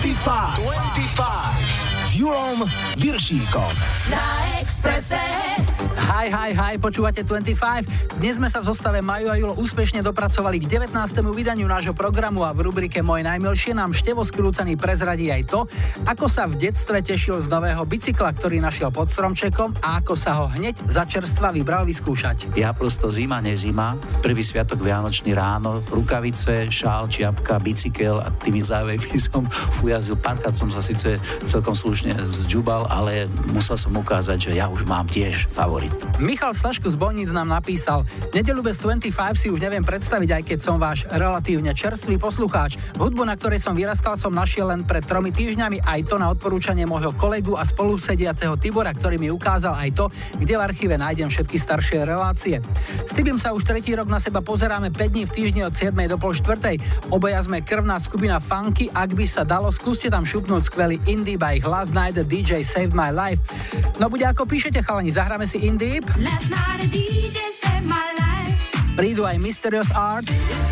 s Julom Viršíkom. Na Expresse. Hi, počúvate 25. Dnes sme sa v zostave Maju a Julo úspešne dopracovali k 19. vydaniu nášho programu a v rubrike Moje najmilšie nám Števo Skrúcený prezradí aj to, ako sa v detstve tešil z nového bicykla, ktorý našiel pod stromčekom a ako sa ho hneď za čerstva vybral vyskúšať. Ja prosto zima, nezima, prvý sviatok vianočný ráno, rukavice, šál, čiapka, bicykel a tými závejmi som ujazdil. Párkrát som sa síce celkom slušne zdžubal, ale musel som ukázať, že ja už mám tiež favorit. Michal Saško z Bojníc nám napísal: Nedeľu bez 25 si už neviem predstaviť, aj keď som váš relatívne čerstvý poslucháč. Hudbu, na ktorej som vyrastal, som našiel len pred 3 týždňami, aj to na odporúčanie môjho kolegu a spolusediaceho Tibora, ktorý mi ukázal aj to, kde v archíve nájdem všetky staršie relácie. S Tibim sa už 3. rok na seba pozeráme 5 dní v týždni od 7. do pol 4. Obaja sme krvná skupina funky, ak by sa dalo, skúste tam šupnúť skvelý indie by ich Last Night the DJ Saved My Life. No bude ako píšete, chalani, zahráme si indie. Last night a DJ saved my life. Prídu aj Mysterious Art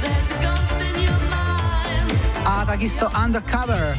a takisto Undercover.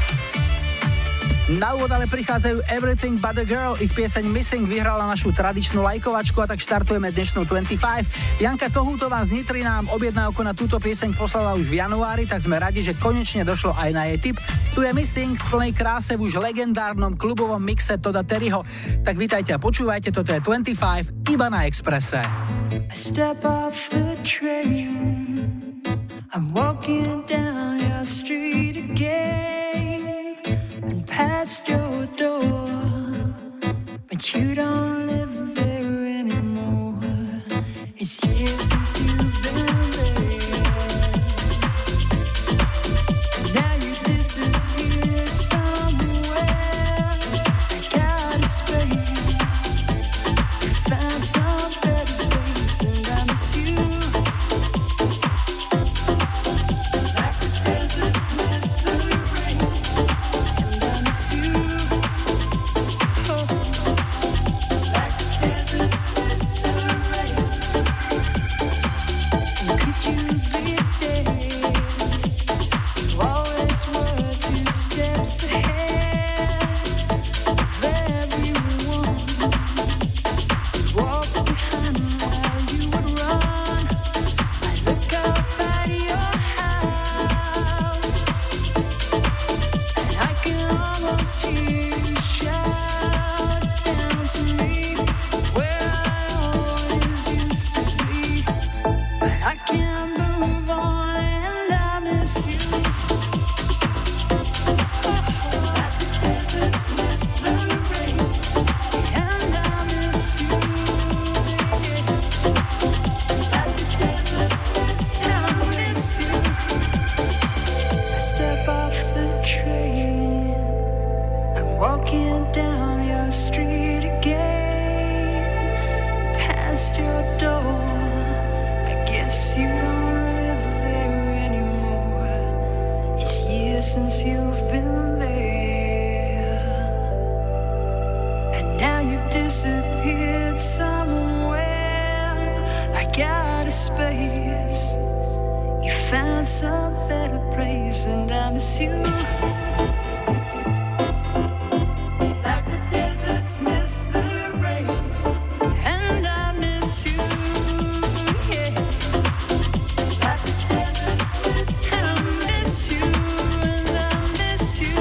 Na úvod ale prichádzajú Everything But a Girl, ich pieseň Missing vyhrala našu tradičnú lajkovačku a tak štartujeme dnešnú 25. Janka Kohútová z Nitry nám objednávku na túto pieseň poslala už v januári, tak sme radi, že konečne došlo aj na jej tip. Tu je Missing v plnej kráse v už legendárnom klubovom mixe Toda Terryho. Tak vítajte a počúvajte, toto je 25 iba na Expresse. I step off the train, I'm walking down your street again, and past your door, but you don't live there anymore. It's years since you've been there, and now you disappeared somewhere. I got a space, you found some better place, and I miss you. Like the deserts miss the rain, and I miss you. Oh, like the deserts miss the rain. And could you be there? You always were 2 steps ahead of everyone. Walk behind while you would run. I look up at your house, and I can almost hear you shout down to me where I always used to be. But I can't move on, and I miss you. Like the deserts miss the rain, and I miss you. Like the deserts miss, I miss you. I step off the train, I'm walking down your street again, past your door. I guess you don't live there anymore. It's years since you've been there, and now you've disappeared somewhere. I got a space, you found some better place, and I miss you. Like the deserts miss the rain, and I miss you. Yeah. Like the deserts miss, I miss you, and I miss you.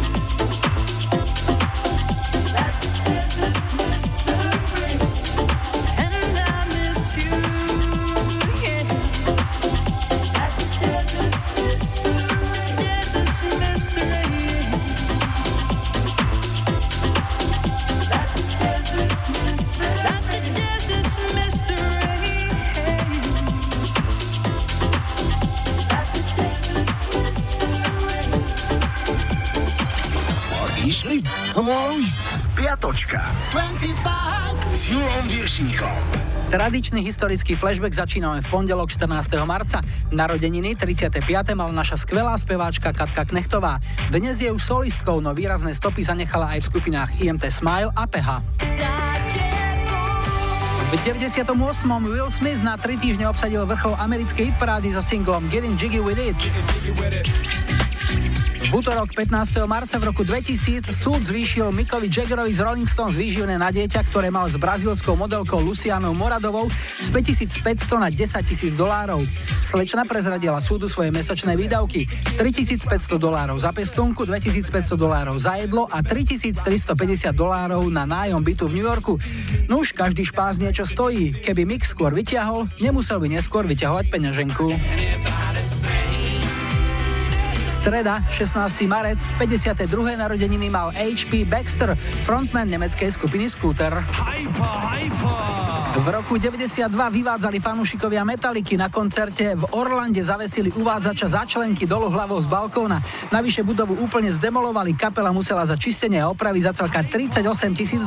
Like the deserts miss the rain, and I miss you. Yeah. Like the deserts miss the rain, deserts miss the rain. Like the deserts miss the rain, like the deserts miss the rain. Like the deserts miss the rain. Išli? Spiatočka 25 s Julom Viršíkom. Tradičný historický flashback začíname v pondelok 14. marca. Narodeniny 35. mala naša skvelá speváčka Katka Knechtová. Dnes je už solistkou, no výrazné stopy zanechala aj v skupinách IMT Smile a PH. V 98. Will Smith na 3 týždne obsadil vrchol americkej hitparády so singlom Getting Jiggy With It. V V útorok 15. marca v roku 2000 súd zvýšil Mickovi Jaggerovi z Rolling Stones výživné na dieťa, ktoré mal s brazílskou modelkou Lucianou Moradovou z $5,500 na $10,000. Slečna prezradila súdu svoje mesačné výdavky: $3,500 za pestúnku, $2,500 za jedlo a $3,350 na nájom bytu v New Yorku. Nuž, každý špás niečo stojí. Keby Mick skôr vyťahol, nemusel by neskôr vyťahovať peňaženku. Streda, 16. marec, 52. narodeniny mal H.P. Baxter, frontman nemeckej skupiny Scooter. V roku 92 vyvádzali fanúšikovia Metalliky. Na koncerte v Orlande zavesili uvádzača za členky dolu hlavou z balkóna. Navyše budovu úplne zdemolovali, kapela musela za čistenie a opravy zacelkať $38,000.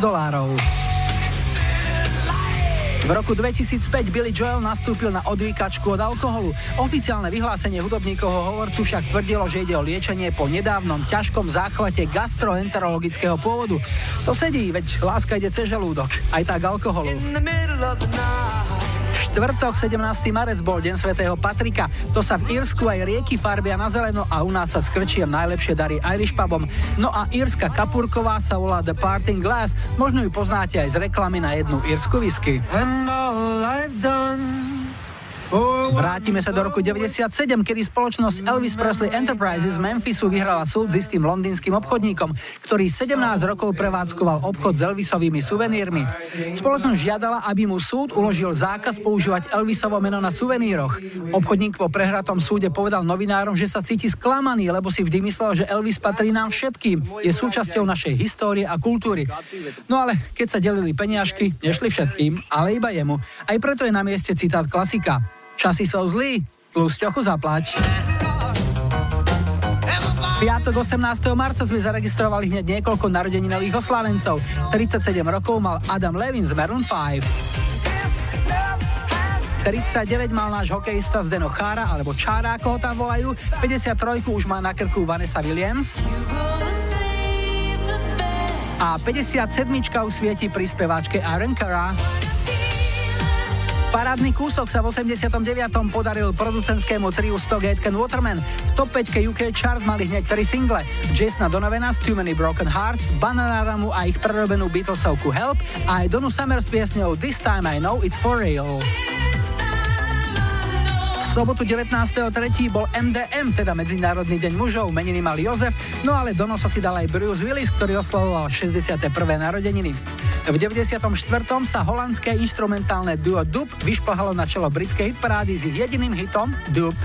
V roku 2005 Billy Joel nastúpil na odvykačku od alkoholu. Oficiálne vyhlásenie hudobníkovho hovorcu však tvrdilo, že ide o liečenie po nedávnom ťažkom záchvate gastroenterologického pôvodu. To sedí, veď láska ide cez žalúdok, aj tak alkoholu. Štvrtok, 17. marec bol deň svätého Patrika. To sa v Írsku aj rieky farbia na zeleno a u nás sa s krčiem najlepšie darí Irish pubom. No a írska kapurková sa volá The Parting Glass. Možno ju poznáte aj z reklamy na jednu írsku whisky. Vrátime sa do roku 97, kedy spoločnosť Elvis Presley Enterprises z Memphisu vyhrala súd s istým londýnskym obchodníkom, ktorý 17 rokov prevádzkoval obchod s Elvisovými suvenírmi. Spoločnosť žiadala, aby mu súd uložil zákaz používať Elvisovo meno na suveníroch. Obchodník po prehratom súde povedal novinárom, že sa cíti sklamaný, lebo si vždy myslel, že Elvis patrí nám všetkým, je súčasťou našej histórie a kultúry. No ale keď sa delili peniažky, nešli všetkým, ale iba jemu. Aj preto je na mieste citát klasika: časy sú zlí, tlusťochu zaplať. Piatok 18. marca sme zaregistrovali hneď niekoľko narodeninových oslávencov. 37 rokov mal Adam Levine z Maroon 5. 39 mal náš hokejista Zdeno Chára, alebo Čára, ako ho tam volajú. 53 už má na krku Vanessa Williams. A 57 už svieti pri speváčke Aaron Carr. Parádny kúsok sa v 89. podaril producentskému triu Stock-Aitken Waterman. V top 5 UK chart mali hneď 3 single: Jasona Donovana z Too Many Broken Hearts, Bananaramu a ich prerobenú Beatlesovku Help a aj Donu Summer s piesňou This Time I Know It's For Real. V sobotu 19.3. bol MDM, teda Medzinárodný deň mužov, meniny mal Jozef, no ale do nosa si dal aj Bruce Willis, ktorý oslavoval 61. narodeniny. V 94. sa holandské inštrumentálne duo Dub vyšplhalo na čelo britskej hitparády s ich jediným hitom Dub.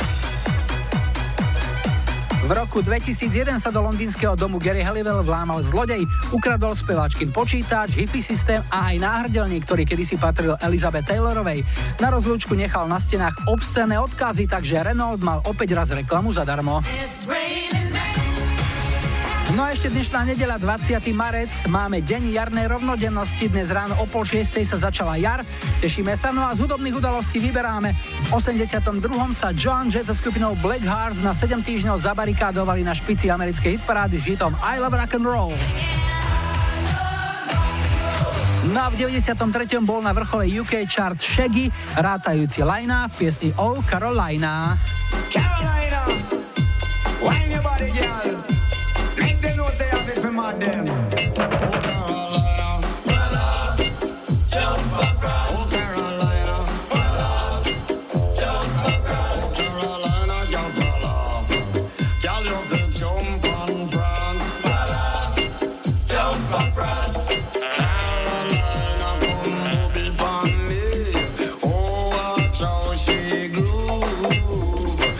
V roku 2001 sa do londýnskeho domu Gary Halliwell vlámal zlodej, ukradol speváčkin počítač, hi-fi systém a aj náhrdelník, ktorý kedysi patril Elizabeth Taylorovej. Na rozlúčku nechal na stenách obscénne odkazy, takže Renault mal opäť raz reklamu zadarmo. No a ešte dnešná nedeľa, 20. marec, máme deň jarnej rovnodennosti. Dnes ráno o 5:30 sa začala jar, tešíme sa, no a z hudobných udalostí vyberáme. V 82. sa Joan Jett so skupinou Black Hearts na 7 týždňov zabarikádovali na špici americkej hitparády s hitom I Love Rock and Roll. No a v 93. bol na vrchole UK chart Shaggy, rátajúci Lina v piesni Oh Carolina. Carolina, wine your body, girl. Make them know say I'm it for my them.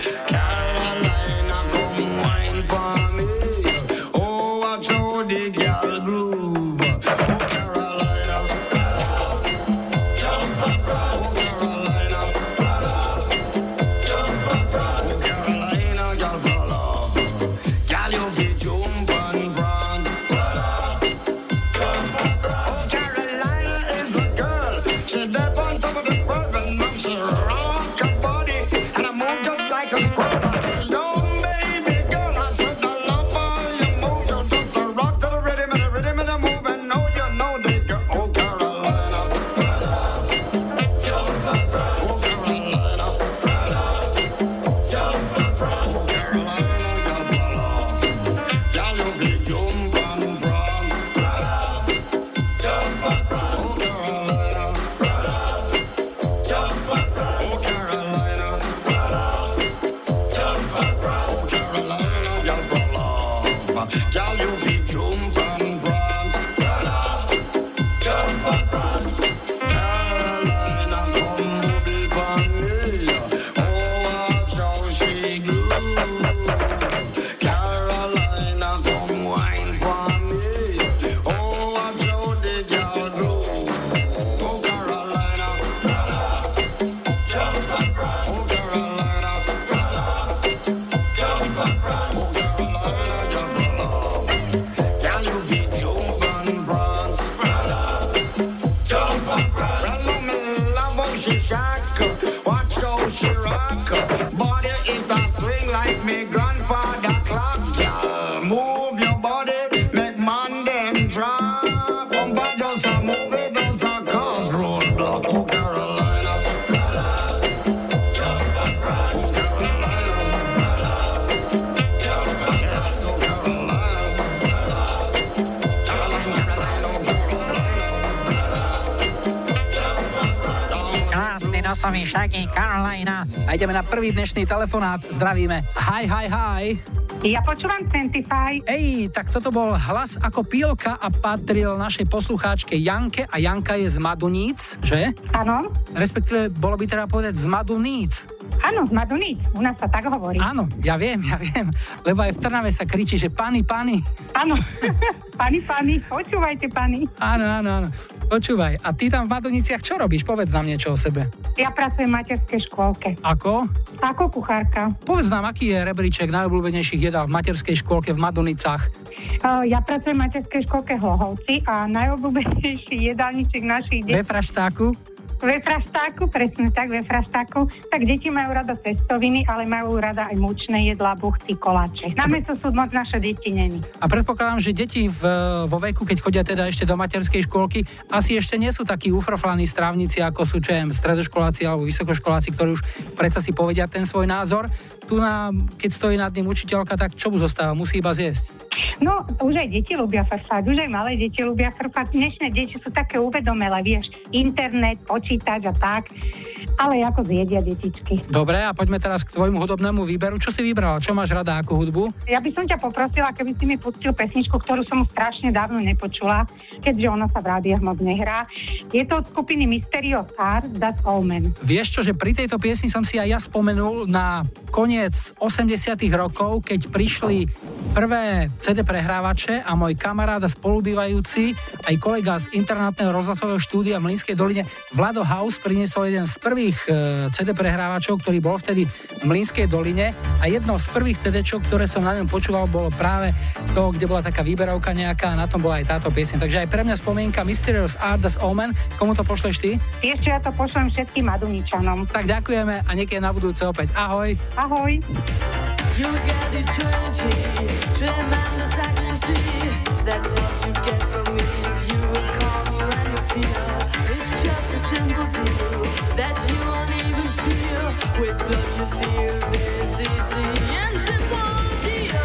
Dig shock. Watch how she rock. Body it a swing like me grandfather clock. Girl, move your body, make man them drop. Bumper just a move it, just a cause roadblock. Oh, Carolina. Krásny nosový Shaggy, Carolina. A ideme na prvý dnešný telefonát. Zdravíme. Hi. Ja počúvam 25. Ej, tak toto bol hlas ako pílka a patril našej poslucháčke Janke a Janka je z Maduníc, že? Áno. Respektíve bolo by teda povedať z Maduníc. Áno, z Maduníc. U nás sa tak hovorí. Áno, ja viem. Lebo aj v Trnave sa kričí, že pani. Áno. Pani, počúvajte, pani. Áno. Počúvaj, a ty tam v Maduniciach čo robíš? Povedz nám niečo o sebe. Ja pracujem v materskej škôlke. Ako? Ako kuchárka. Povedz nám, aký je rebríček najobľúbenejších jedál v materskej škôlke v Madunicách? Ja pracujem v materskej škôlke Hlohovci a najobľúbenejší jedálniček našich detí... Ve Fraštáku? Ve Fraštáku, presne tak, ve Fraštáku. Tak deti majú rada cestoviny, ale majú rada aj mučné jedlá, buchty, koláče. Namiesto sú moc naše deti není. A predpokladám, že deti vo veku, keď chodia teda ešte do materskej škôlky, asi ešte nie sú takí ufroflaní strávnici, ako sú stredoškoláci alebo vysokoškoláci, ktorí už predsa si povedia ten svoj názor. Tu keď stojí nad ním učiteľka, tak čo mu zostáva? Musí iba zjesť. No, už aj deti ľubia frfať, už aj malé deti ľubia frfať. Dnešné deti sú také uvedomelé, vieš, internet, počítač a tak, ale ako zjedia detičky. Dobre, a poďme teraz k tvojmu hudobnému výberu. Čo si vybrala? Čo máš rada ako hudbu? Ja by som ťa poprosila, keby si mi pustil pesničku, ktorú som strašne dávno nepočula, keďže ona sa v rádiách moc nehrá. Je to od skupiny Mysterious Heart, That's All Men. Vieš čo, že pri tejto piesni som si aj ja spomenul na koniec 80 rokov, keď prišli prvé CD prehrávače a môj kamarát a spolubývajúci, aj kolega z internátneho rozhlasového štúdia v Mlynskej doline Vlado House priniesol jeden z prvých CD prehrávačov, ktorý bol vtedy v Mlynskej doline a jedno z prvých CDčok, ktoré som na ňom počúval, bolo práve to, kde bola taká výberovka nejaká a na tom bola aj táto pieseň. Takže aj pre mňa spomienka Mysterious Art Das Omen. Komu to pošleš ty? Ešte ja to pošlem všetkým Maduničanom. Tak ďakujeme a niekedy na budúce opäť. Ahoj. Ahoj. You get eternity, tremendous ecstasy. That's what you get from me if you will call me when you feel. It's just a simple deal that you won't even feel. With blood you steal this easy and simple deal.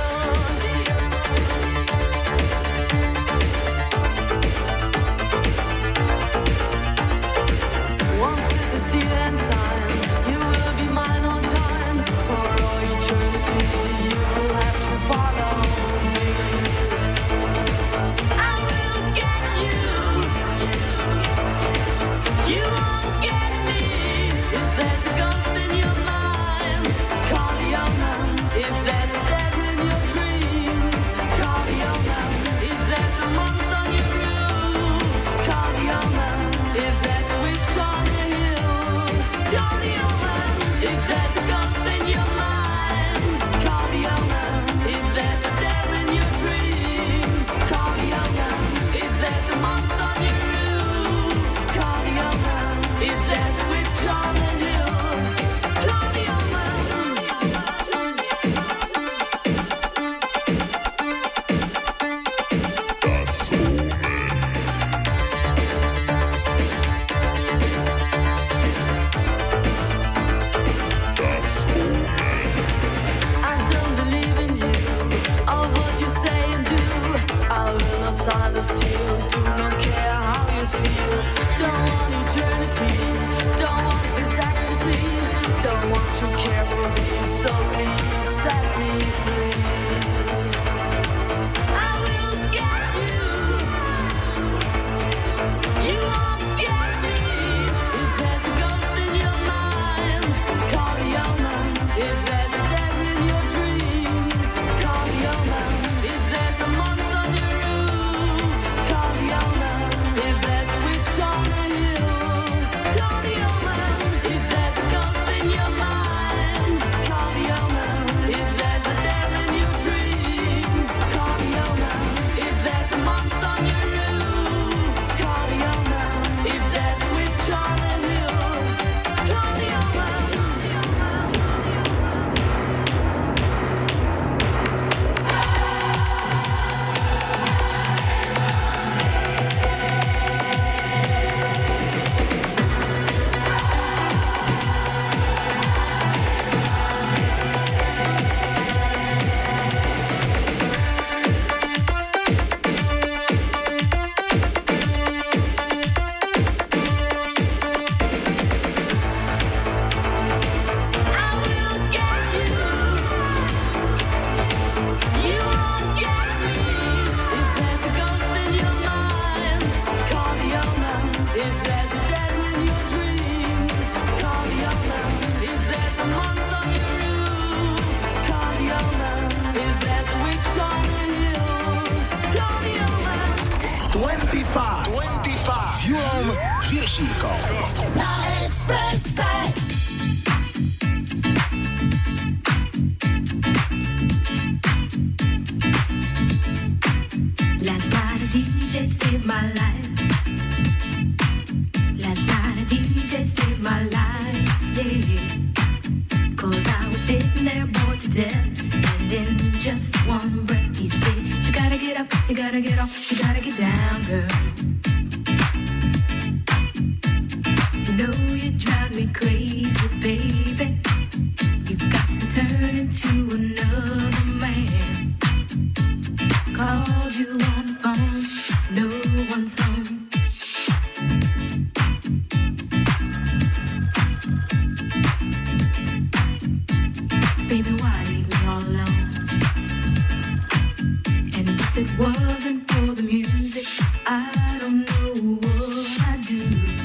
Once with a seal and sign, you will be mine on time for all eternity. You will have to follow me. I will get you. You won't get me. If there's a ghost in your mind, Viršíkom. Na Expresse. Last night a DJ saved my life. Last night a DJ saved my life, yeah. 'Cause I was sitting there bored to death, and in just one breath he said, you gotta get up, you gotta get off, you gotta get down, girl. You know you drive me crazy, baby. You've got to turn into another man. Called you on the phone, no one's home. Baby, why leave me all alone? And if it wasn't for the music, I don't know what I'd do.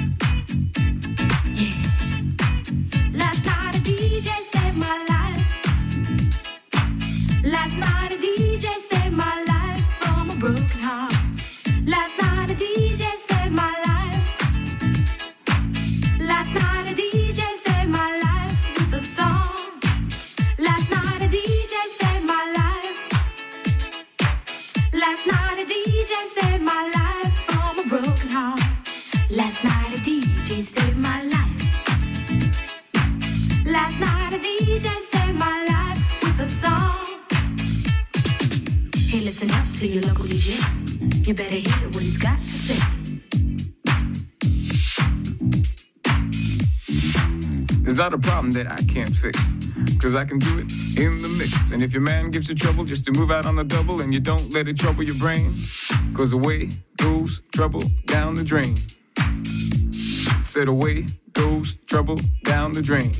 Yeah. Last night a DJ saved my life. Last night a DJ saved my life from a broken heart. Last night a DJ saved my life. Last night a DJ saved my life with a song. Last night a DJ saved my life. Last night a DJ saved my life from a broken heart. Last night a DJ saved my life. Last night a DJ saved my life with a song. Hey, listen up to your local DJ. You better hear what he's got to say. It's not a problem that I can't fix, 'cause I can do it in the mix. And if your man gives you trouble, just to move out on the double, and you don't let it trouble your brain, 'cause away goes trouble down the drain. Said away goes trouble down the drain.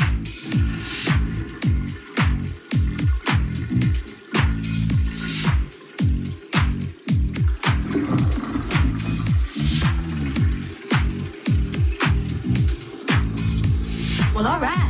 Well, all right.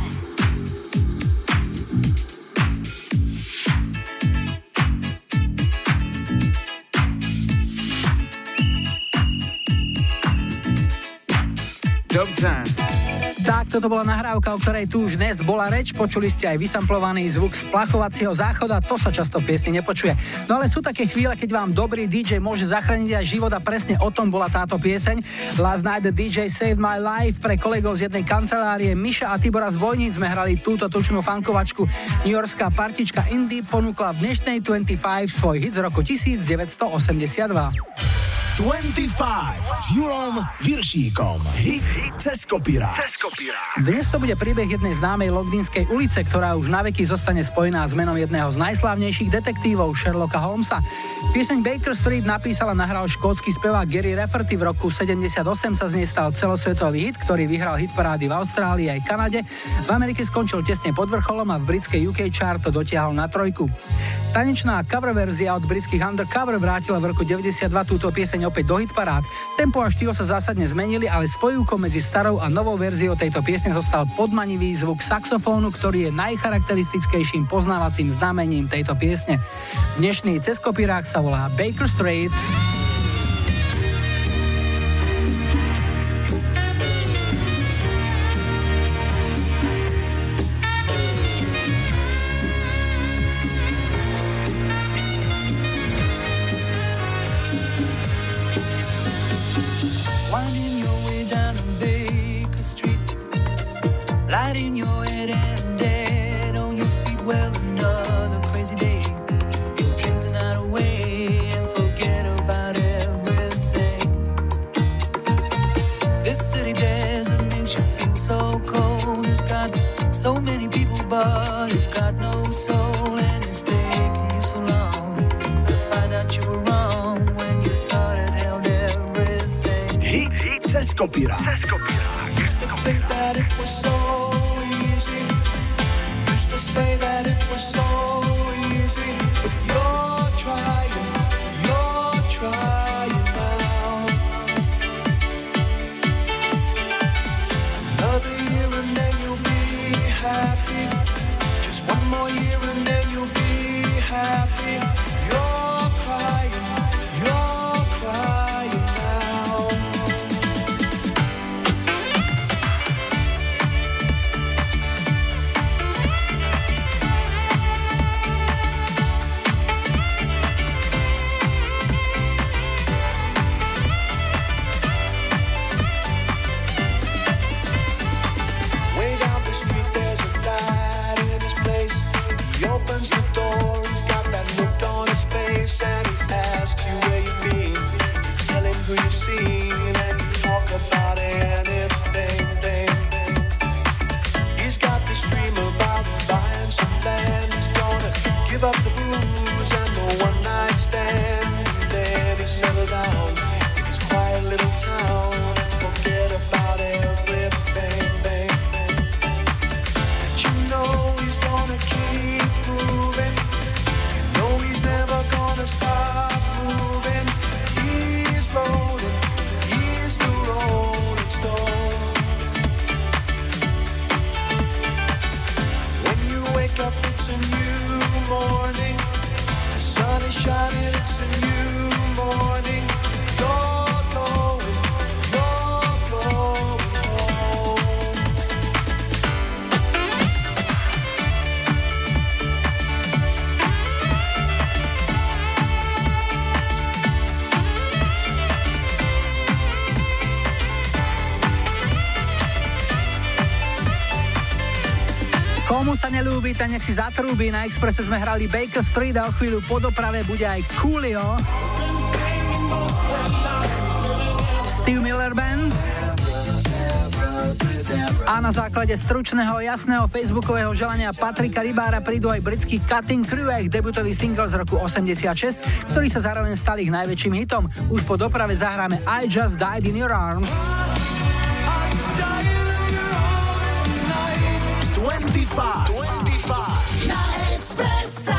Dub time. Tak, toto bola nahrávka, o ktorej tu už dnes bola reč. Počuli ste aj vysamplovaný zvuk z plachovacieho záchoda, to sa často v piesni nepočuje. No ale sú také chvíle, keď vám dobrý DJ môže zachrániť aj život a presne o tom bola táto pieseň. Last Night the DJ Saved My Life. Pre kolegov z jednej kancelárie Miša a Tibora z Bojníc sme hrali túto tučnú funkovačku. Newyorská partička Indie ponúkla v dnešnej 25 svoj hit z roku 1982. 25 s Julom Viršíkom. Hit cez kopírák. Dnes to bude príbeh jednej známej londýnskej ulice, ktorá už na veky zostane spojená s menom jedného z najslávnejších detektívov Sherlocka Holmesa. Pieseň Baker Street napísal a nahral škótsky spevák Gary Rafferty. V roku 78 sa z nej stal celosvetový hit, ktorý vyhral hitparády v Austrálii aj Kanade. V Amerike skončil tesne pod vrcholom a v britskej UK chart to dotiahol na 3. Tanečná cover verzia od britských Undercover vrátila v roku 92 túto pieseň opäť do hitparád. Tempo a štýl sa zásadne zmenili, ale spojúkom medzi starou a novou verziou tejto piesne zostal podmanivý zvuk saxofónu, ktorý je najcharakteristickejším poznávacím znamením tejto piesne. Dnešný cez kopírák sa volá Baker Street. In your head and dead on your feet, well, another crazy day. You'll drink the night away and forget about everything. This city desert makes you feel so cold. It's got so many people, but it's got no soul. And it's taken you so long to find out you were wrong when you thought it held everything. Hit cez kopírák. Think that it was so easy. Used to say that it was so easy. But you're trying now. Another year and then you'll be happy. Just one more year and then you'll be happy. You're crying now. Komu sa nelúbi, ten nech si zatrúbi. Na Expresse sme hrali Baker Street a o chvíľu po doprave bude aj Coolio. Steve Miller Band. A na základe stručného, jasného facebookového želania Patrika Rybára prídu aj britský Cutting Crew a ich debutový single z roku 86, ktorý sa zároveň stal ich najväčším hitom. Už po doprave zahráme I Just Died in Your Arms. 25 na Expresse.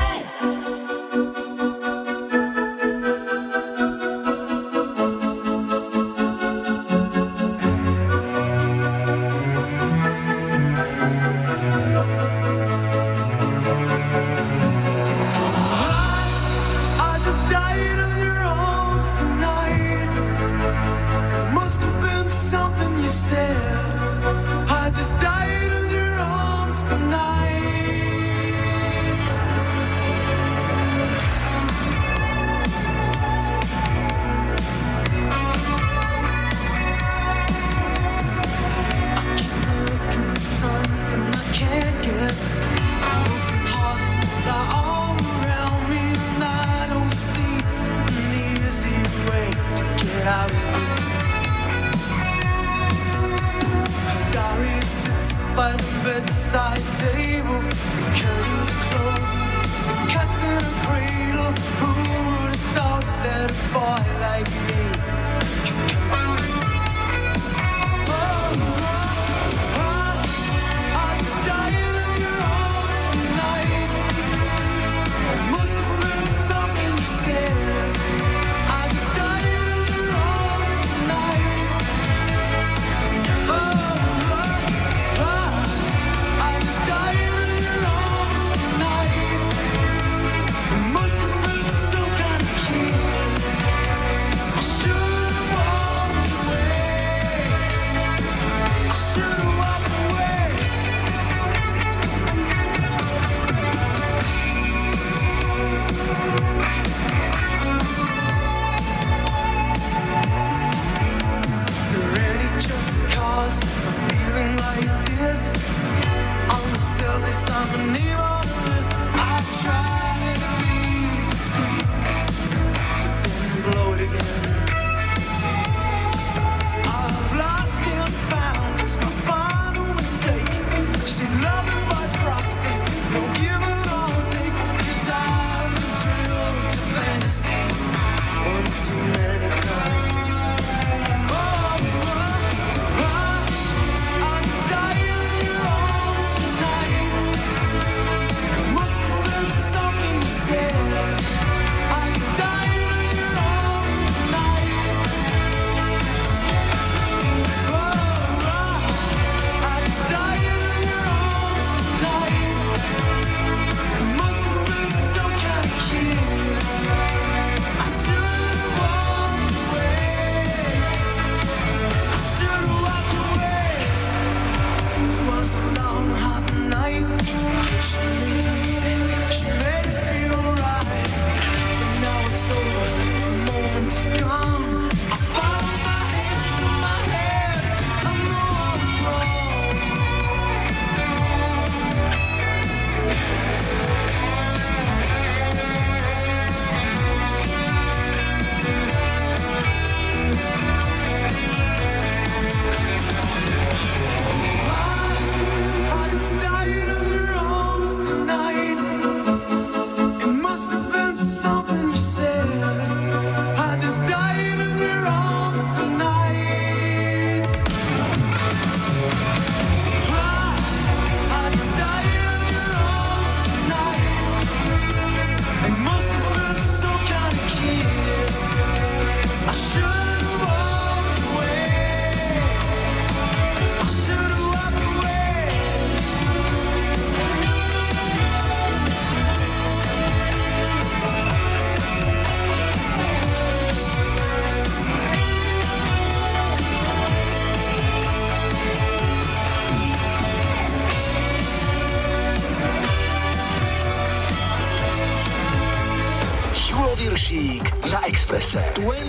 na Expresse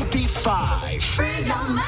25. Free your mind.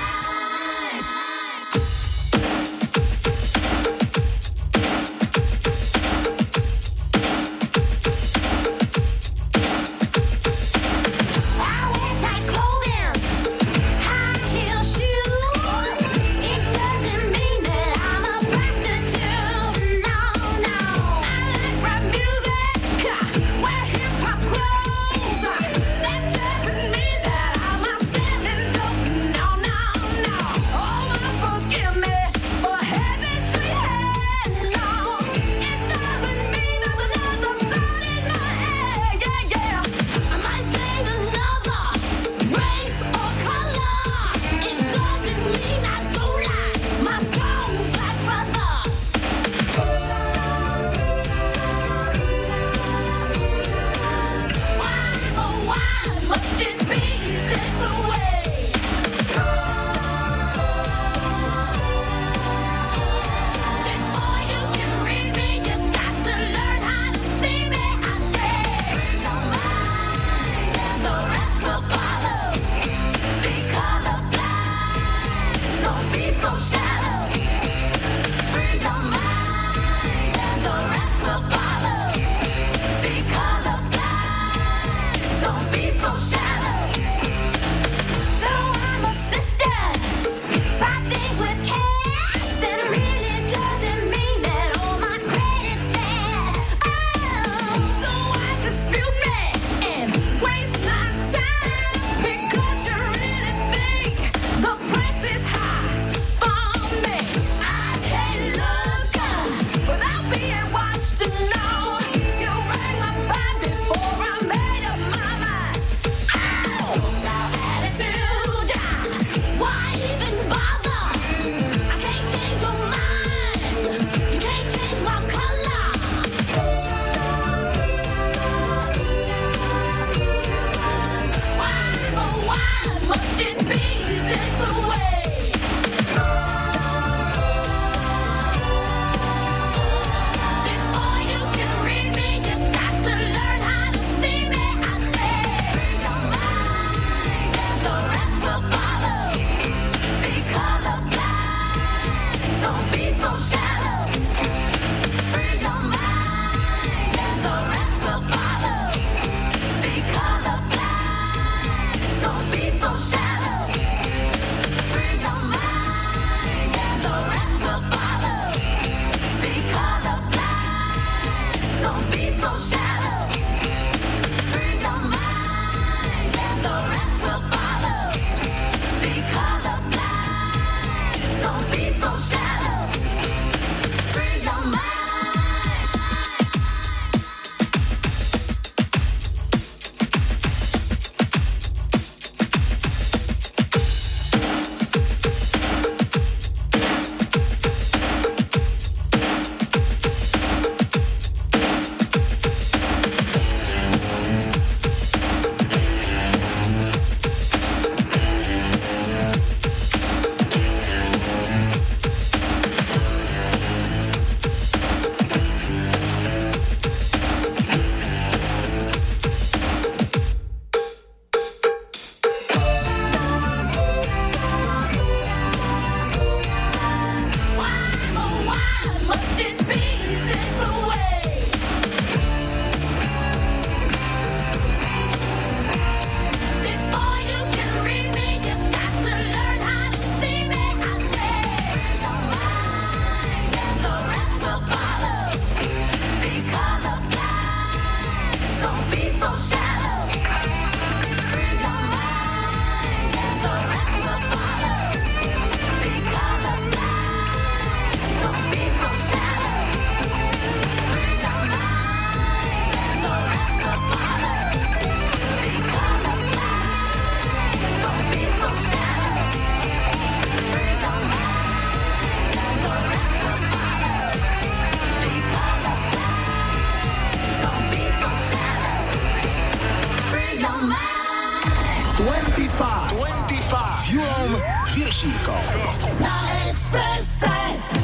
Viršíkom na Expresse.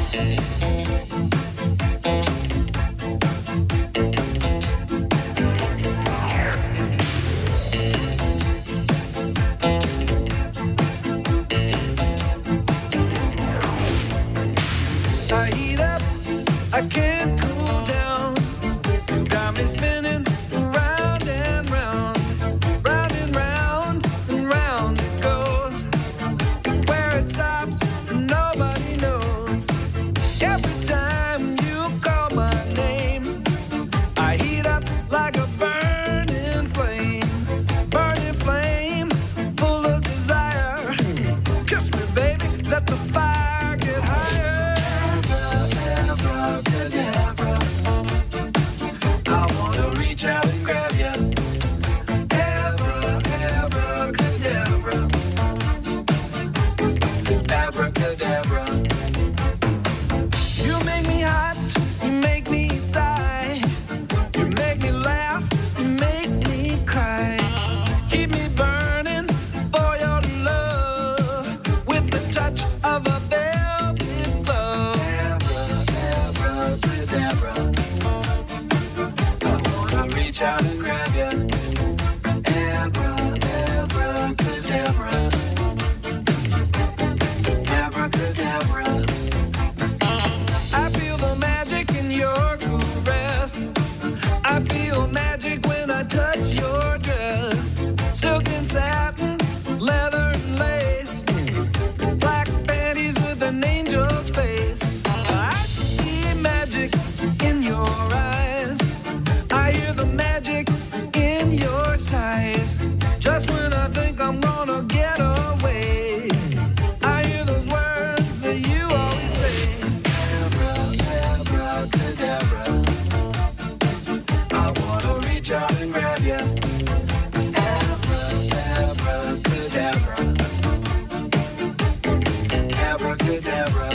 I heat up, I can't cool down. Got me spinning round and round, round and round and round it goes. Where it stops, nobody knows. Every time you call my name, I heat up like a burning flame, full of desire. Kiss me, baby, let the fire get higher. I wanna reach out and grab you. Abracadabra. Abracadabra. You make me hot, you make me sigh. You make me laugh, you make me cry. Keep me burning for your love with the touch of a velvet glove. Abracadabra. I wanna reach out and grab you. Abracadabra. Abracadabra. I feel the magic in your caress. I feel magic when I touch your dress. Silk and satin, leather and lace. Black panties with an angel's face. I see magic in your eyes. I hear the magic in your sighs. Just when I think I'm gonna get away, I hear those words that you always say. Abracadabra. I wanna reach out and grab you. Abracadabra. Abracadabra.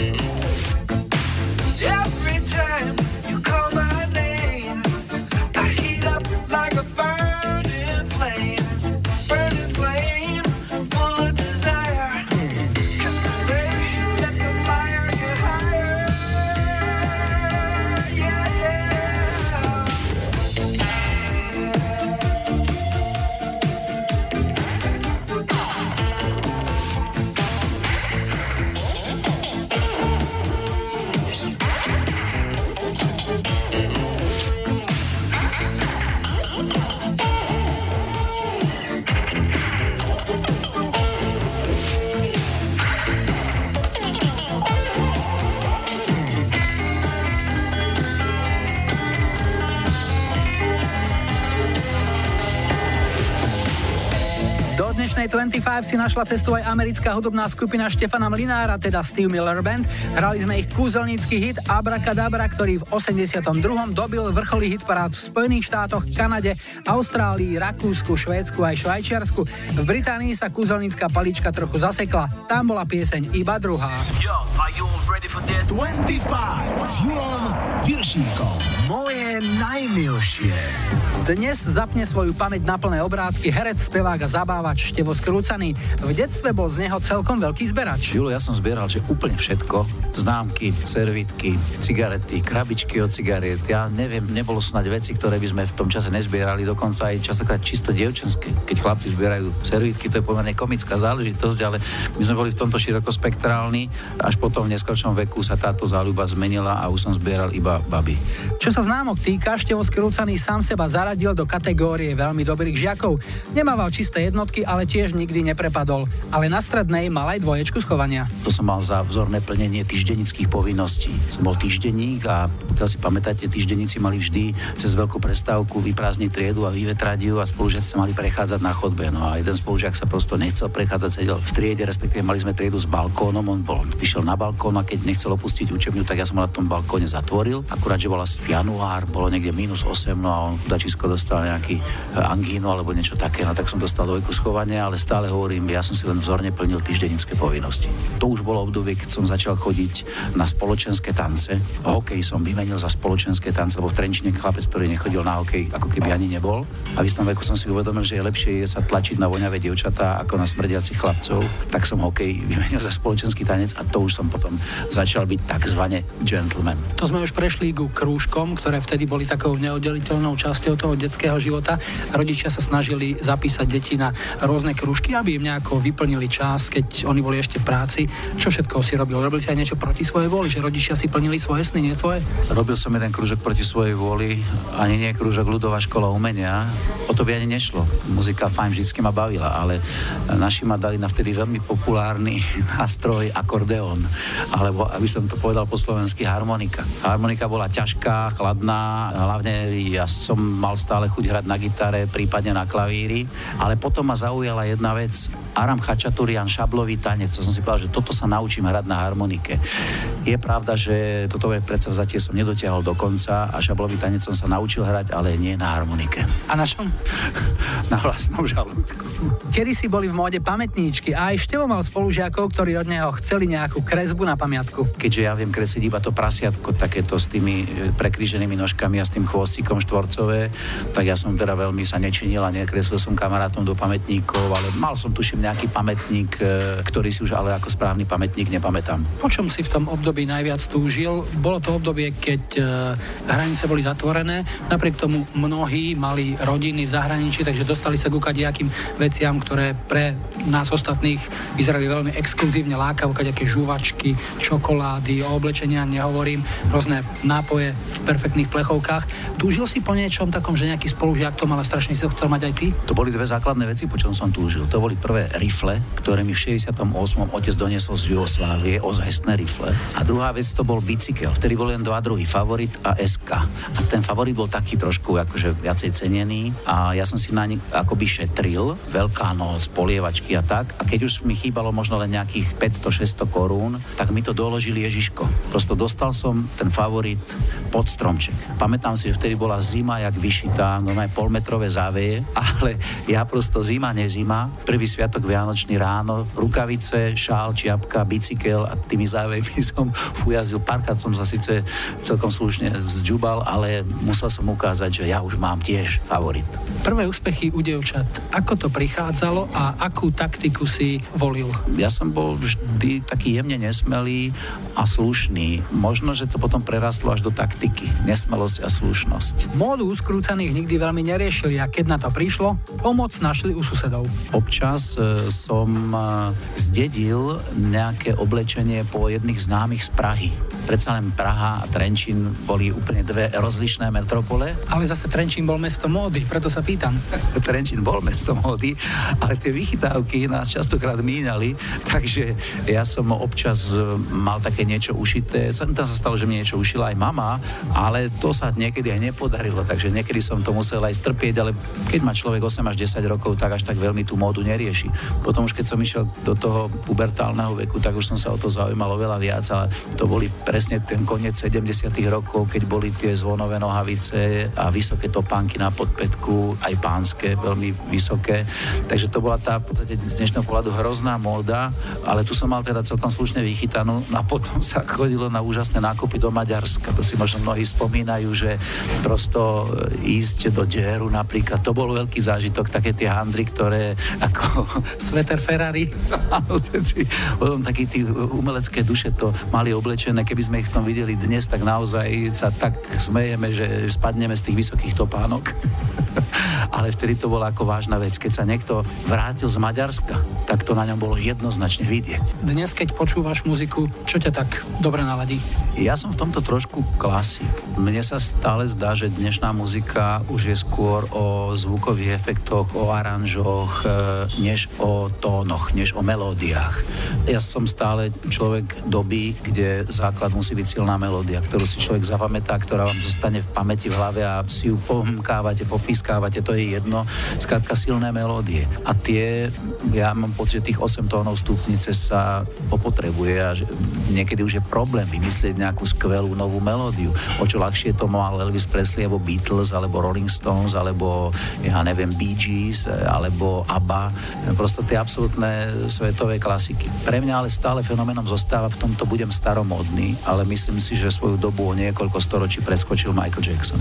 Every time you call my name, I heat up like a burning flame, full of desire. Kiss me, baby, let the fire get higher. Yeah, yeah. Do dnešnej 25 si našla cestu aj americká hudobná skupina Štefana Mlynára, teda Steve Miller Band. Hrali sme ich kúzelnícky hit Abracadabra, ktorý v 82. dobil vrcholý hitparád v Spojených štátoch, Kanade, Austrálii, Rakúsku, Švédsku aj Švajčiarsku. V Británii sa kúzelnícka palička trochu zasekla. Tam bola pieseň iba druhá. Yo, are you ready for this? 25 s Julom Viršíkom. Moje najmilšie. Dnes zapne svoju pamäť na plné obrátky herec, spevák a zabávač Števo Skrúcaný. V detstve bol z neho celkom veľký zberač. Julo, ja som zbieral, že úplne všetko. Známky, servítky, cigarety, krabičky od cigariet. Ja neviem, nebolo snáď veci, ktoré by sme v tom čase nezbierali. Dokonca aj častokrát čisto dievčenské. Keď chlapci zbierajú servítky, to je pomerne komická záležitosť, ale my sme boli v tomto širokospektrálni. Až potom v neskôršom veku sa táto záľuba zmenila a už som zbieral iba baby. Čo sa známok týka, Števo Skrúcaný sám seba zaradil do kategórie veľmi dobrých žiakov. Nemával čisté jednotky, ale tiež nikdy neprepadol. Ale na strednej mal aj dvoječku schovania. To som mal za vzorné plnenie týždenických povinností. Som bol týždenník a pokiaľ si pamätáte, týždenníci mali vždy cez veľkú prestávku vyprázdniť triedu a vyvetrať ju a spolužiaci sa mali prechádzať na chodbe. No a jeden spolužiak sa prosto nechcel prechádzať, sedel v triede, respektíve mali sme triedu s balkónom, on vyšiel na balkón a keď nechcel opustiť učebňu, tak ja som ho na tom balkóne zatvoril. Akurát, že bola január, bolo niekde -8, no a on dačisko dostal nejaký angínu alebo niečo také, no tak som dostal dvojku schovania, ale stále hovorím, ja som si len vzorne plnil týždennícke povinnosti. To už bolo obdobie, keď som začal chodiť na spoločenské tance. Hokej som vymenil za spoločenské tance, lebo v Trenčine chlapec, ktorý nechodil na hokej, ako keby ani nebol. A v istom veku som si uvedomil, že je lepšie sa tlačiť na voňavé dievčatá ako na smrdiacich chlapcov. Tak som hokej vymenil za spoločenský tanec a to už som potom začal byť takzvané gentleman. To sme už prešli ku krúžkom, ktoré vtedy boli takou neoddeliteľnou časťou toho detského života. Rodičia sa snažili zapísať deti na rôzne krúžky, aby im nejako vyplnili čas, keď oni boli ešte v práci. Čo všetko si robil? Robil si aj niečo proti svojej vôli, že rodičia si plnili svoje sny, nie tvoje? Robil som jeden krúžok proti svojej vôli, ani nie krúžok ľudová škola umenia. O to by ani nešlo. Muzika fajn vždycky ma bavila, ale naši ma dali na vtedy veľmi populárny nástroj akordeón, alebo aby som to povedal po slovensky harmonika. Harmonika bola ťažká, chladná, hlavne ja som mal stále chuť hrať na gitare, prípadne na klavíri, ale potom ma zaujala jedna vec. Aram Chačaturian, šablový tanec, to som si povedal, že toto sa naučím hrať na harmonike. Je pravda, že toto predsavzatie som nedotiahol do konca a šablový tanec som sa naučil hrať, ale nie na harmonike. A na čom? Na vlastnom žalúdku. Kedy si boli v móde pamätníčky a aj Števo mal spolužiakov, ktorí od neho chceli nejakú kresbu na pamiatku. Keďže ja viem kresliť iba to prasiatko, takéto s tými prekríženými nožkami a s tým chvostikom štvorcové, tak ja som teda veľmi sa nečinil a nekreslil som kamarátom do pamätníkov, ale mal som tuším nejaký pamätník, ktorý si už ale ako správny pamätník nepamätám. Po čom si v tom období najviac túžil? Bolo to obdobie, keď hranice boli zatvorené, napriek tomu mnohí mali rodiny v zahraničí, takže dostali sa ku kadejakým veciam, ktoré pre nás ostatných vyzerali veľmi exkluzívne lákavo, kadejaké žuvačky, čokolády, o oblečenia nehovorím, rôzne nápoje v perfektných plechovkách. Túžil si po niečom takom, že nejaký spolužiak to mal a strašne si to chcel mať aj ty? To boli dve základné veci, po čom som túžil. To boli prvé rifle, ktoré mi v 68. otec doniesol z Jugoslávie, ozajstné rifle. A druhá vec to bol bicykel. Vtedy bol len dva druhy, Favorit a SK. A ten Favorit bol taký trošku akože viacej cenený a ja som si na nich akoby šetril. Veľká noc, polievačky a tak. A keď už mi chýbalo možno len nejakých 500-600 korún, tak mi to doložil Ježiško. Prosto dostal som ten Favorit pod stromček. Pamätám si, že vtedy bola zima jak vyšitá, no aj polmetrové záveje, ale ja prosto zima, nezima. Prvý sviatok vianočný ráno, rukavice, šál, čiapka, bicykel a tými závejmi som ujazdil. Párkrát som sa síce celkom slušne zdžubal, ale musel som ukázať, že ja už mám tiež Favorit. Prvé úspechy u dievčat. Ako to prichádzalo a akú taktiku si volil? Ja som bol vždy taký jemne nesmelý a slušný. Možno, že to potom prerastlo až do taktiky. Nesmelosť a slušnosť. Módu uskrúcaných nikdy veľmi neriešili a keď na to prišlo, pomoc našli u susedov. Občas som zdedil nejaké oblečenie po jedných známych z Prahy. Predsa len Praha a Trenčín boli úplne dve rozlišné metropole. Ale zase Trenčín bol mesto módy, preto sa pýtam. Trenčín bol mesto módy, ale tie vychytávky nás častokrát míňali, takže ja som občas mal také niečo ušité. Tam sa stalo, že mi niečo ušila aj mama, ale to sa niekedy aj nepodarilo, takže niekedy som to musel aj strpieť, ale keď má človek 8 až 10 rokov, tak až tak veľmi tú módu nerieši. Potom už keď som išiel do toho pubertálneho veku, tak už som sa o to zaujímal oveľa viac, ale to boli presne ten koniec 70. rokov, keď boli tie zvonové nohavice a vysoké topánky na podpätku, aj pánske, veľmi vysoké. Takže to bola tá v podstate z dnešného pohľadu hrozná móda, ale tu som mal teda celkom slušne vychytanú a potom sa chodilo na úžasné nákupy do Maďarska. To si možno mnohí spomínajú, že prosto ísť do Dieru napríklad, to bol veľký zážitok, také tie handry, ktoré ako Sveter Ferrari. Áno, potom takí tí umelecké duše to mali oblečené, keby sme ich v tom videli dnes, tak naozaj sa tak smejeme, že spadneme z tých vysokých topánok. Ale vtedy to bola ako vážna vec. Keď sa niekto vrátil z Maďarska, tak to na ňom bolo jednoznačne vidieť. Dnes, keď počúvaš muziku, čo ťa tak dobre naladí? Ja som v tomto trošku klasik. Mne sa stále zdá, že dnešná muzika už je skôr o zvukových efektoch, o aranžoch, než o tónoch, než o melódiách. Ja som stále človek doby, kde základ musí byť silná melódia, ktorú si človek zapamätá, ktorá vám zostane v pamäti v hlave a si ju pohmkávate, popískávate, to je jedno. Skrátka silné melódie. A tie, ja mám pocit, že tých 8 tónov stupnice sa popotrebuje a že niekedy už je problém vymyslieť nejakú skvelú novú melódiu. O čo ľahšie to mal Elvis Presley, alebo Beatles, alebo Rolling Stones, alebo ja neviem, Bee Gees, alebo ABBA. Prosto tie absolútne svetové klasiky. Pre mňa ale stále fenoménom zostáva, v tomto budem staromodný, ale myslím si, že svoju dobu o niekoľko storočí preskočil Michael Jackson.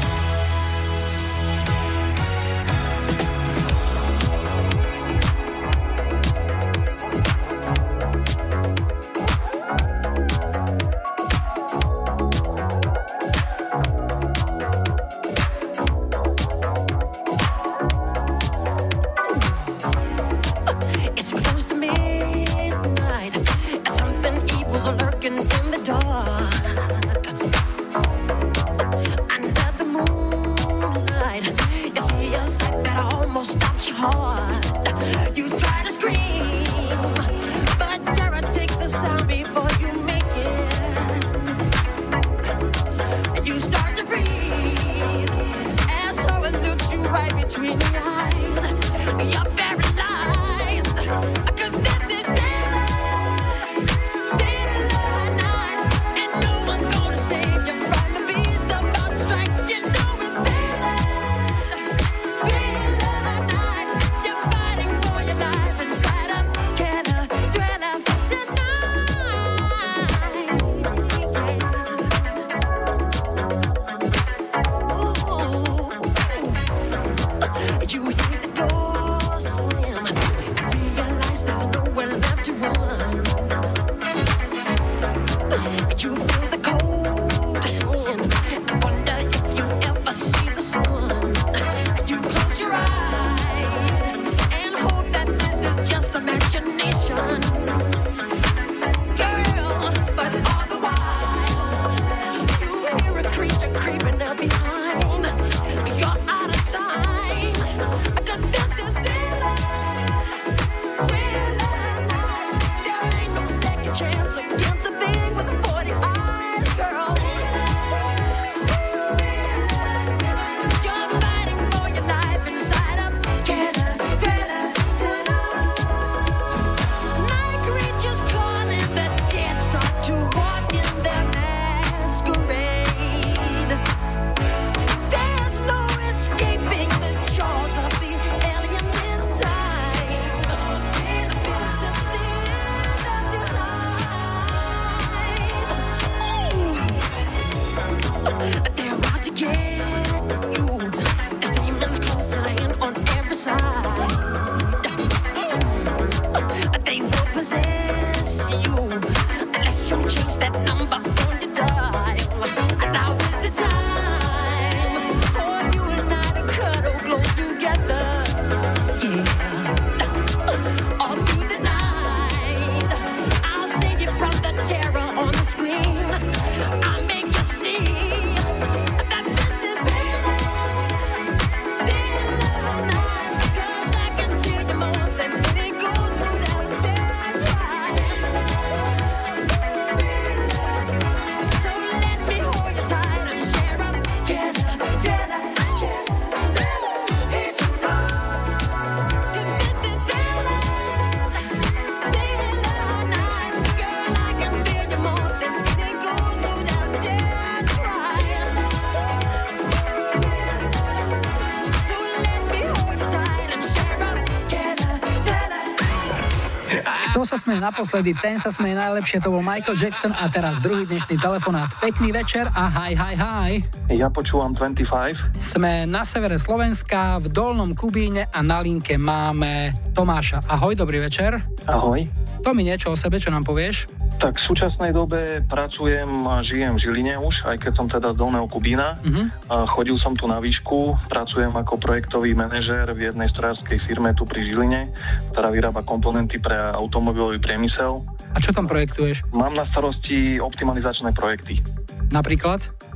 Kto sa smeje naposledy, ten sa smeje najlepšie, to bol Michael Jackson a teraz druhý dnešný telefonát. Pekný večer a hi. Ja počúvam 25. Sme na severe Slovenska, v Dolnom Kubíne a na linke máme Tomáša. Ahoj, dobrý večer. Ahoj. To mi niečo o sebe, čo nám povieš? Tak v súčasnej dobe pracujem a žijem v Žiline už, aj keď som teda z Dolného Kubína. Chodil som tu na výšku, pracujem ako projektový manažér v jednej strojárskej firme tu pri Žiline, ktorá vyrába komponenty pre automobilový priemysel. A čo tam projektuješ? Mám na starosti optimalizačné projekty. Napríklad?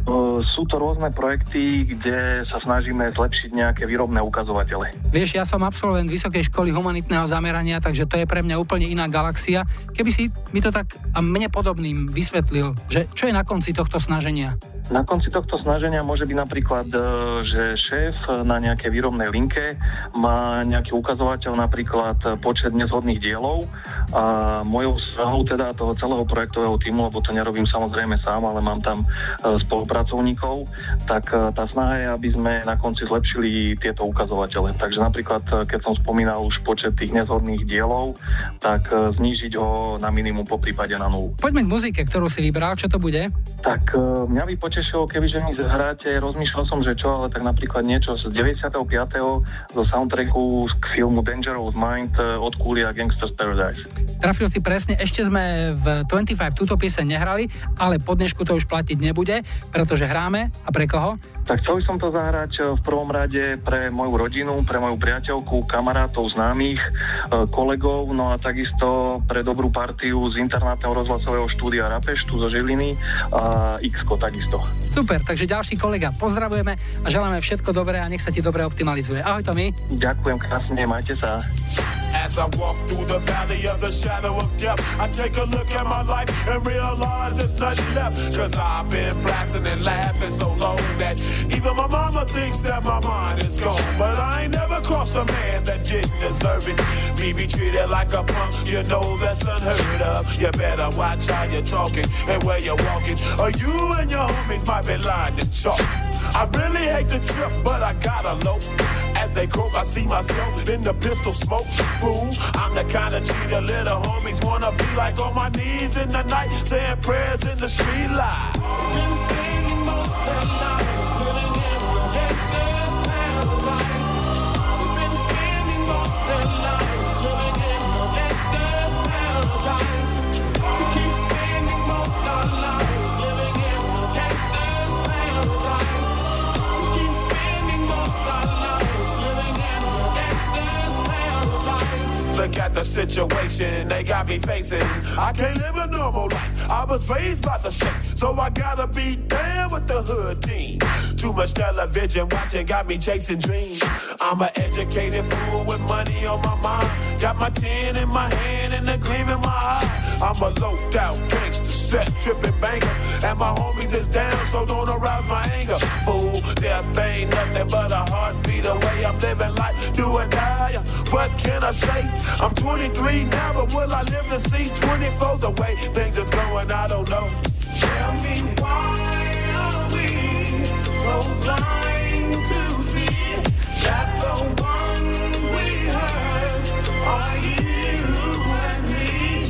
Sú to rôzne projekty, kde sa snažíme zlepšiť nejaké výrobné ukazovatele. Vieš, ja som absolvent Vysokej školy humanitného zamerania, takže to je pre mňa úplne iná galaxia. Keby si mi to tak a mne podobným vysvetlil, že čo je na konci tohto snaženia? Na konci tohto snaženia môže byť napríklad, že šéf na nejakej výrobnej linke má nejaký ukazovateľ, napríklad počet nezhodných dielov a mojou snahou teda toho celého projektového tímu, lebo to nerobím samozrejme sám, ale mám tam spolupracovníkov, tak tá snaha je, aby sme na konci zlepšili tieto ukazovatele. Takže napríklad, keď som spomínal už počet tých nezhodných dielov, tak znížiť ho na minimum, po prípade na nulu. Poďme k muzike, ktorú si vybral, čo to bude? Tak mňa by potešilo, kebyže mi zahráte, rozmýšľal som, že čo, ale tak napríklad niečo z 95. zo soundtracku k filmu Dangerous Mind od Coolia Gangsta's Paradise. Trafil si presne, ešte sme v 25 túto pieseň nehrali, ale po dnešku to už platiť nebude, pretože hráme. A pre koho? Tak chcel by som to zahrať v prvom rade pre moju rodinu, pre moju priateľku, kamarátov, známych, kolegov, no a takisto pre dobrú partiu z internátneho rozhlasového štúdia Rapeštu zo Žiliny a X-ko takisto. Super, takže ďalší kolega, pozdravujeme a želáme všetko dobré a nech sa ti dobre optimalizuje. Ahoj Tomi. Ďakujem krásne, majte sa. As I walk through the valley of the shadow of death, I take a look at my life and realize there's nothing left. Cause I've been blasting and laughing so long that even my mama thinks that my mind is gone. But I ain't never crossed a man that didn't deserve it. Me be treated like a punk, you know that's unheard of. You better watch how you're talking and where you're walking, or you and your homies might be lying to chalk. I really hate the trip, but I gotta low. As they croak, I see myself in the pistol smoke. Fool, I'm the kind of G the little homies wanna be like, on my knees in the night, saying prayers in the street light. Been spending most of the night living in the gangster's paradise. We've been spending most of the night living in the gangster's paradise. We keep spending most of our lives living in the gangster's paradise. We keep spending most of our lives living in the gangster's paradise. Look at the situation they got me facing. I can't live a normal life. I was raised by the state, so I gotta be down with the hood team. Too much television watching got me chasing dreams. I'm an educated fool with money on my mind. Got my tin in my hand and a gleam in my eye. I'm a loped out gangster, set tripping banker, and my homies is down, so don't arouse my anger. Fool, death ain't nothing but a heartbeat away. I'm living life, do or die. What can I say? I'm 23 now, but will I live to see 24? The way things is going, I don't know. Tell me why are we so blind to see that the ones we hurt are you and me?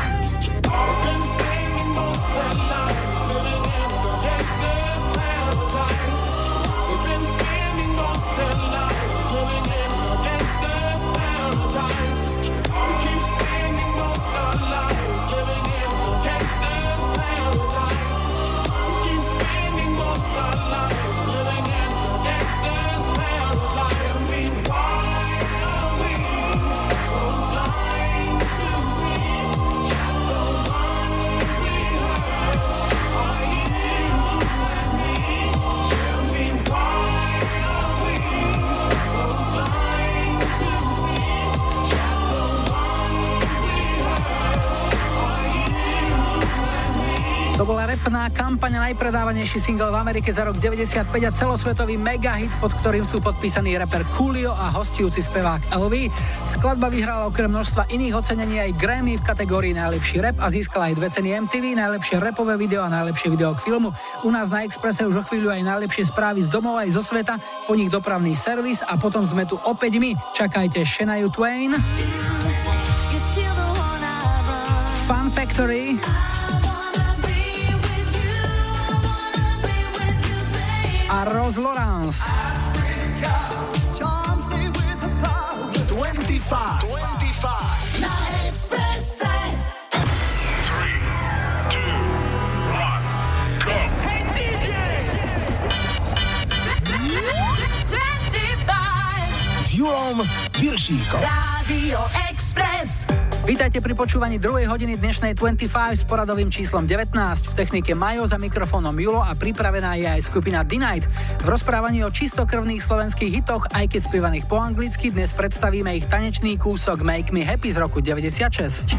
I've been spending most of our lives living in the gangster's paradise. We've been spending most of our lives living in the gangster's paradise. We keep spending most of our lives living in the gangster's paradise. We keep spending most of our lives living in the gangster's paradise. Tell me why are we so blind to see that the ones we hurt are you and me? Tell me why are we so blind to see that the ones we hurt are you and me? To bola repná kampaň a najpredávanejší single v Amerike za rok 95 a celosvetový megahit, pod ktorým sú podpísaní rapper Coolio a hostujúci spevák LV. Skladba vyhrala okrem množstva iných ocenení aj Grammy v kategórii najlepší rap a získala aj 2 ceny MTV, najlepšie rapové video a najlepšie video k filmu. U nás na Expresse už o chvíľu aj najlepšie správy z domova aj zo sveta, po nich dopravný servis a potom sme tu opäť my. Čakajte Shania Twain, Fun Factory a Rose Lawrence. 25 Na Expresse. 3, 2, 1, go. Hey DJ! 25 s Julom Viršíkom. Rádio Express. Vítajte pri počúvaní 2. hodiny dnešnej 25 s poradovým číslom 19. V technike Majo, za mikrofónom Julo a pripravená je aj skupina D-Night. V rozprávaní o čistokrvných slovenských hitoch, aj keď spievaných po anglicky, dnes predstavíme ich tanečný kúsok Make Me Happy z roku 96.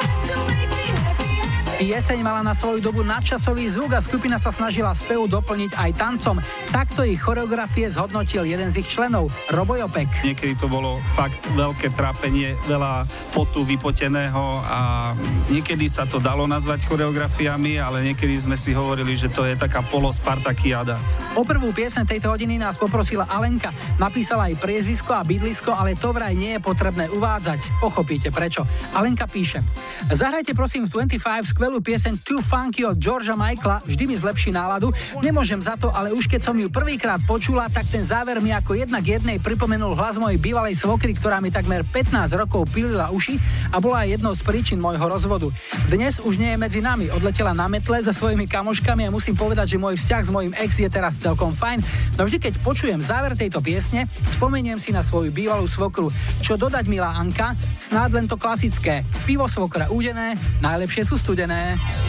Pieseň mala na svoju dobu nadčasový zvuk a skupina sa snažila spev doplniť aj tancom. Takto ich choreografie zhodnotil jeden z ich členov, Robo Jopek. Niekedy to bolo fakt veľké trápenie, veľa potu vypoteného a niekedy sa to dalo nazvať choreografiami, ale niekedy sme si hovorili, že to je taká polospartakiáda. O prvú pieseň tejto hodiny nás poprosila Alenka. Napísala aj priezvisko a bydlisko, ale to vraj nie je potrebné uvádzať. Pochopíte prečo. Alenka píše: Zahrajte prosím v 25 skvelú pieseň Too Funky od Georgea Michaela, vždy mi zlepší náladu. Nemôžem za to, ale už keď som ju prvýkrát počula, tak ten záver mi ako jedna k jednej pripomenul hlas mojej bývalej svokry, ktorá mi takmer 15 rokov pilila uši a bola aj jednou z príčin môjho rozvodu. Dnes už nie je medzi nami, odletela na metle so svojimi kamoškami a musím povedať, že môj vzťah s mojím ex je teraz celkom fajn. No vždy, keď počujem záver tejto piesne, spomeniem si na svoju bývalú svokru. Čo dodať, milá Anka? Snáď len to klasické. Pivo svokra údené, najlepšie sú studené.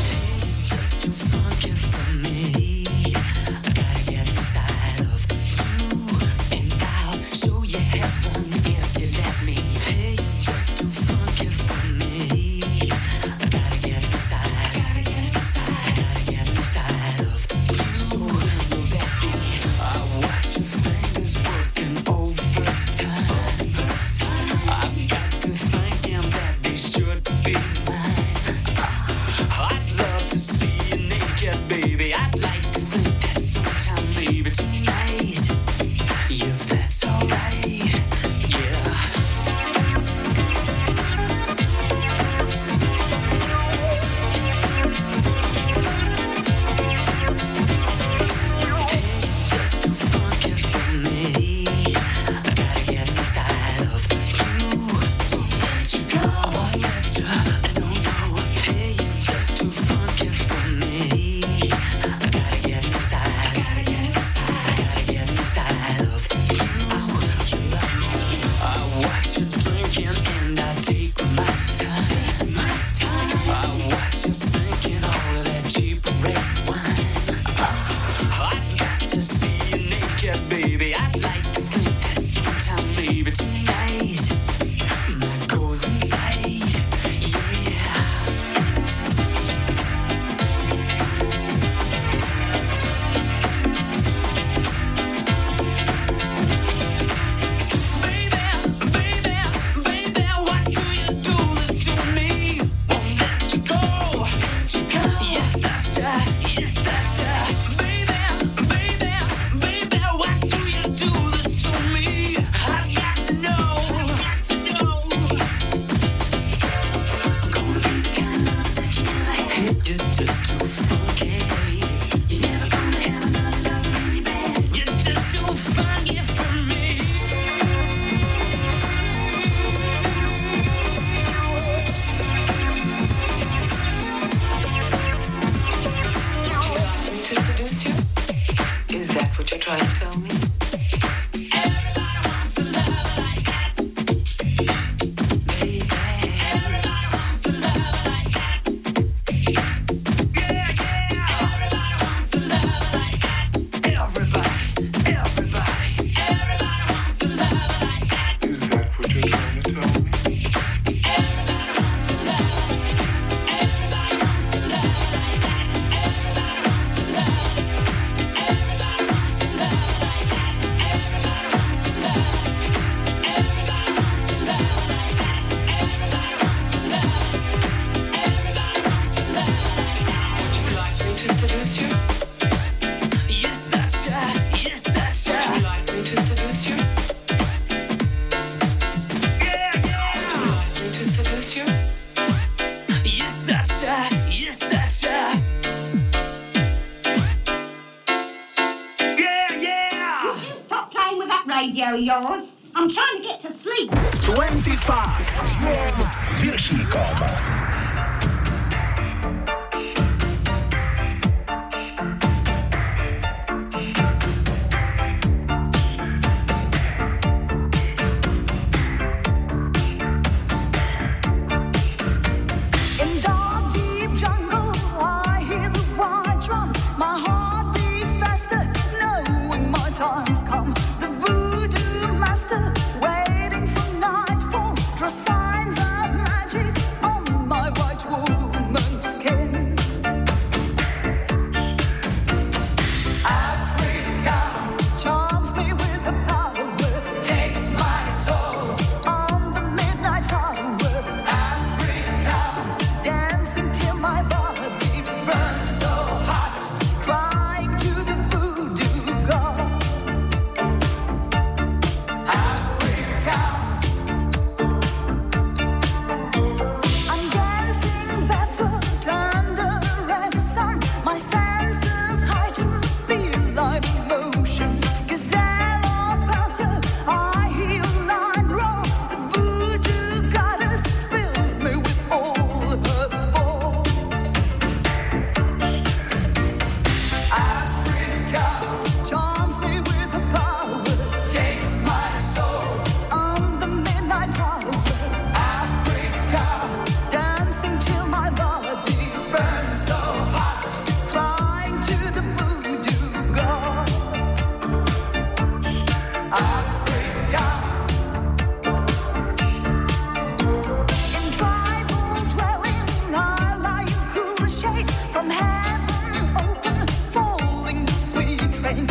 radio yours. I'm trying to get to sleep. 25 s Julom Viršíkom.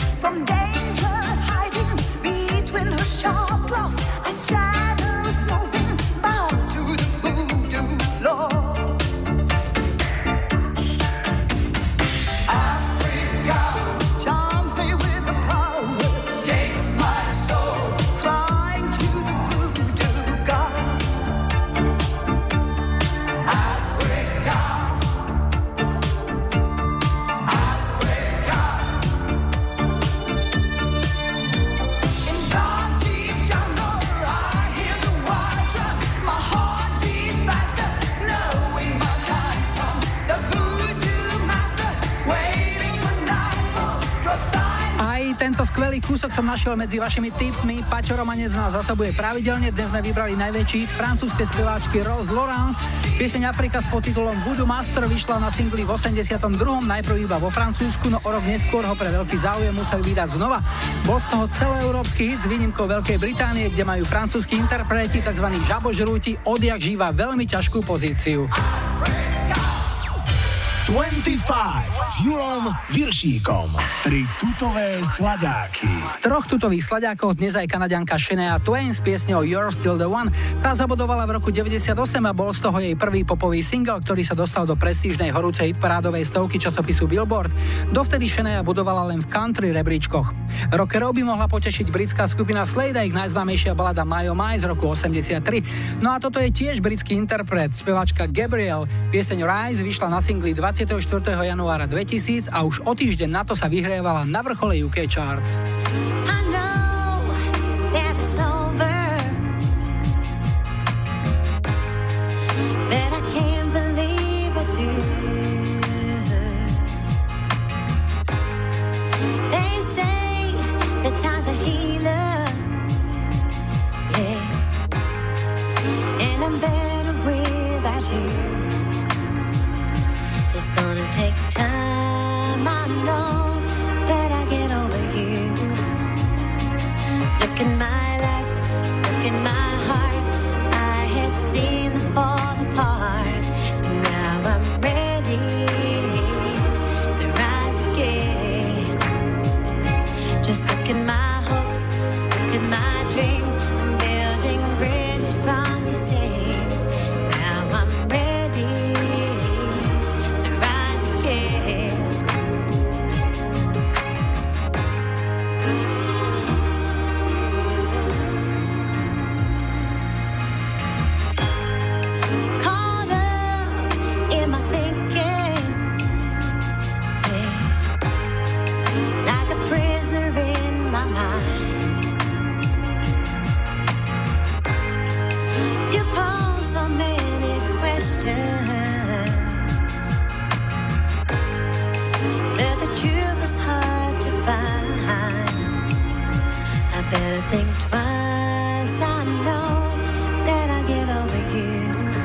from danger hiding between her sharp claws as shadows moving bow to the voodoo lord. Africa charms me with a power, takes my soul, crying to the voodoo god. Africa, Africa. In dark deep jungle, I hear the wild drum. My heart beats faster, knowing my time's come. The voodoo master, waiting for nightfall, profound. Aj tento skvelý kúsok som našiel medzi vašimi tipmi. Paťo Romanec nás zasobuje pravidelne. Dnes sme vybrali najväčší hit francúzskej speváčky Rose Laurence. Pieseň Afrika s podtitulom Voodoo Master vyšla na singli v 82. Najprv iba vo Francúzsku, no o rok neskôr ho pre veľký záujem museli vydať znova. Bol z toho celoeurópsky hit s výnimkou Veľkej Británie, kde majú francúzski interpreti, tzv. žabožrúti, odjak živa veľmi ťažkú pozíciu. 25 s Julom Viršíkom. Tri tutové sladáky. V troch tutových slaďákoch dnes aj Kanaďanka Shania Twain s piesňou You're Still the One. Tá zabodovala v roku 98 a bol z toho jej prvý popový single, ktorý sa dostal do prestížnej horúcej hitparádovej stovky časopisu Billboard. Dovtedy Shania budovala len v country rebríčkoch. Rockerov by mohla potešiť britská skupina Slade a ich najznámejšia balada My Oh My z roku 83. No a toto je tiež britský interpret, speváčka Gabrielle. Pieseň Rise vyšla na singli 24. januára 2000 a už o týždeň na to sa vyhrievala na vrchole UK chart. I know that it's over, but I can't believe it. They say that time's a healer, yeah, and I'm better without you. It's gonna take time, I know, but I get over you. Look in my life, look in my heart, I have seen them fall apart, and now I'm ready to rise again. Just look at my hopes, look at my dreams, I'm building bridges from these things. Now I'm ready to rise again. Caught up in my thinking, yeah, like a prisoner in my mind. You pose so many questions, but the truth is hard to find. I better think twice, I know that I get over you.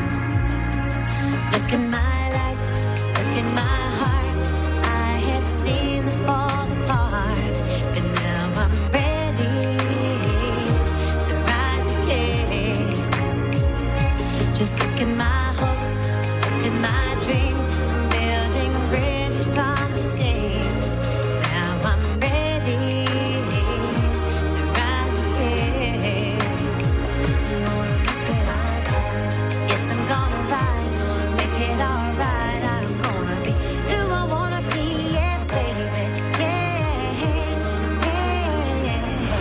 Look at my life, look at my heart, I have seen them fall apart, but now I'm ready to rise again. Just look at my hopes, look at my dreams, I'm building bridges from these things. Now I'm ready to rise again. I'm gonna make it alright. Yes, I'm gonna rise, gonna make it alright. I'm gonna be who I wanna be, yeah, baby. Yeah, yeah.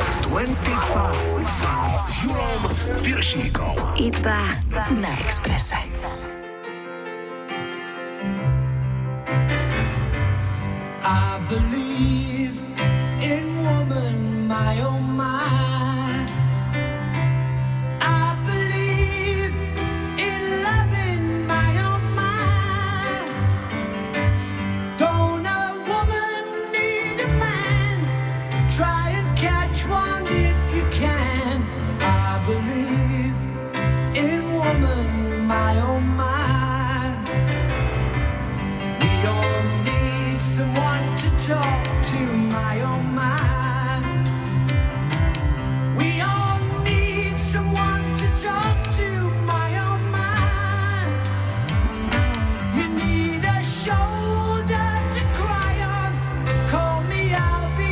25 s Julom Viršíkom. Iba na Expresse. I believe in woman, my oh my. I believe in loving, my oh my. Don't a woman need a man? Try and catch one if you can. I believe in woman, my oh my. We all need someone to talk to, my oh my. We all need someone to talk to, my oh my. You need a shoulder to cry on. Call me, I'll be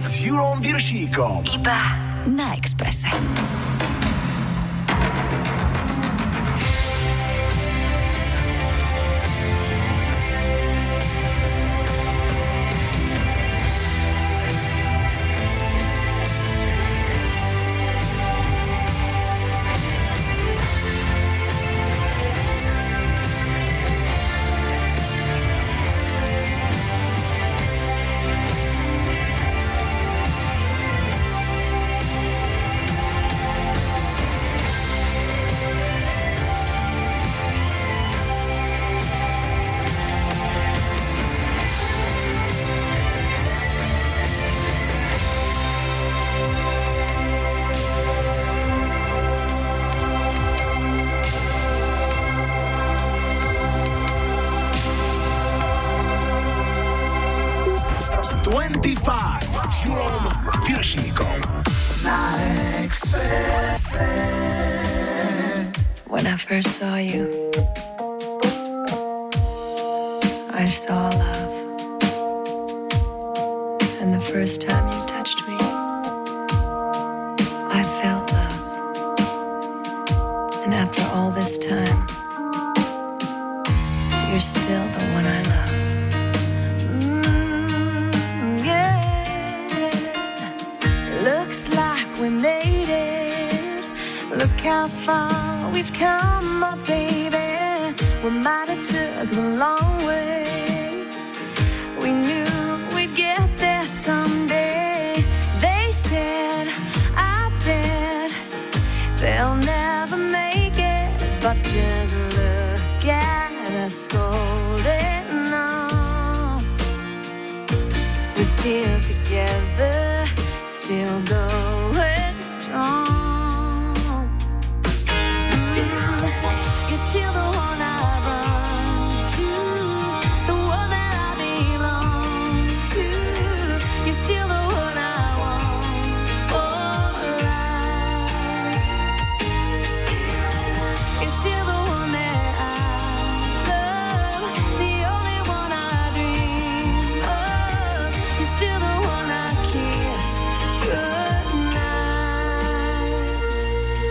s Julom Viršíkom. Iba na Expresse. S Julom Viršíkom. Na Expresse. When I first saw you, I saw love. And the first time you touched me, I felt love. And after all this time, you're still the one I love. We made it. Look how far we've come, my baby. We might have took the long way. We knew we'd get there someday. They said, I bet they'll never make it. But just look at us holding on. We're still together, still going strong. You're still the one I run to, the one that I belong to. You're still the one I want for life. You're still the one that I love, the only one I dream of. You're still the one I kiss. Good night.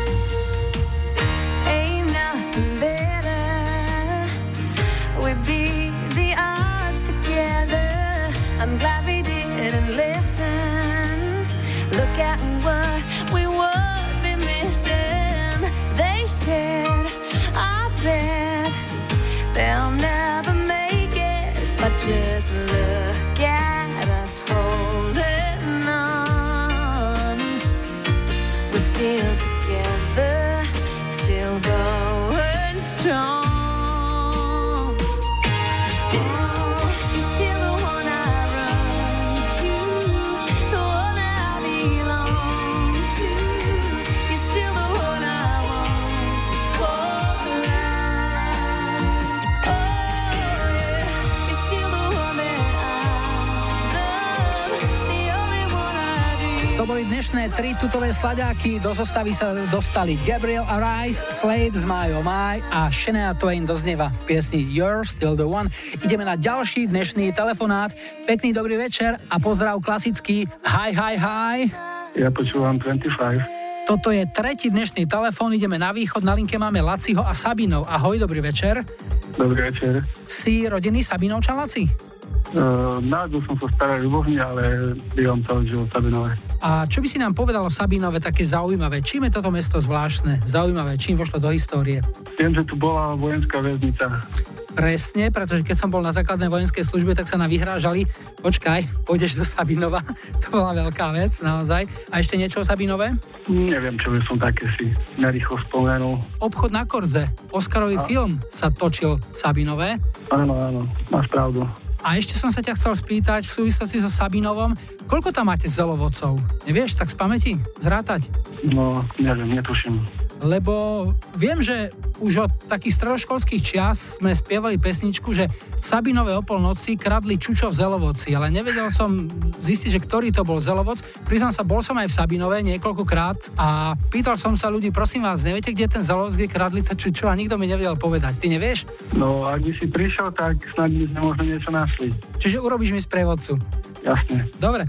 Ain't nothing better. We beat the odds together. I'm glad we didn't listen. Look at what we would be missing. They said, I bet they'll never make it. But just look at us holding on. We're still together, still going strong. You're still the one I run to, the one that I belong to. You're still the one I want for life. Oh yeah, you're still the one that I love, the only one I dream. To boli dnešné 3 tutové slaďáky. Do zostavy sa dostali Gabriel Arise, Slade z My Oh My a Shania Twain doznieva v piesni You're Still the One. Ideme na ďalší dnešný telefonát. Pekný dobrý večer a pozdrav klasický. Hi, hi, hi. Ja počúvam 25. Toto je tretí dnešný telefón. Ideme na východ. Na linke máme Laciho a Sabinov. Ahoj, dobrý večer. Dobrý večer. Si rodený Sabinovčan, Laci? Narodil som sa v Starej Ľubovni, ale bývam celý život v Sabinove. A čo by si nám povedal o Sabinove také zaujímavé? Čím je toto mesto zvláštne? Zaujímavé, čím vošlo do histórie? Viem, že tu bola vojenská väznica. Presne, pretože keď som bol na základnej vojenskej službe, tak sa nám vyhrážali. Počkaj, pôjdeš do Sabinova. To bola veľká vec, naozaj. A ešte niečo o Sabinove? Neviem, čo by som také si narýchlo spomenul. Obchod na Korze. Oscarový film sa točil v Sabinove. Áno, máš pravdu. A ešte som sa ťa chcel spýtať v súvislosti so Sabinovom, koľko tam máte zelovodcov? Nevieš, tak z pamäti zrátať? No, neviem, netuším. Lebo viem, že už od takých stredoškolských čias sme spievali pesničku, že v Sabinove o polnoci kradli čučo v Zelovodci, ale nevedel som zistiť, že ktorý to bol Zelovoc. Priznám sa, bol som aj v Sabinove niekoľkokrát a pýtal som sa ľudí, prosím vás, neviete, kde je ten Zelovoc, kde kradli to čučo, a nikto mi nevedel povedať. Ty nevieš? No, ak by si prišiel, tak snad by sme možno niečo našli. Čiže urobíš mi sprievodcu. Jasne. Dobre,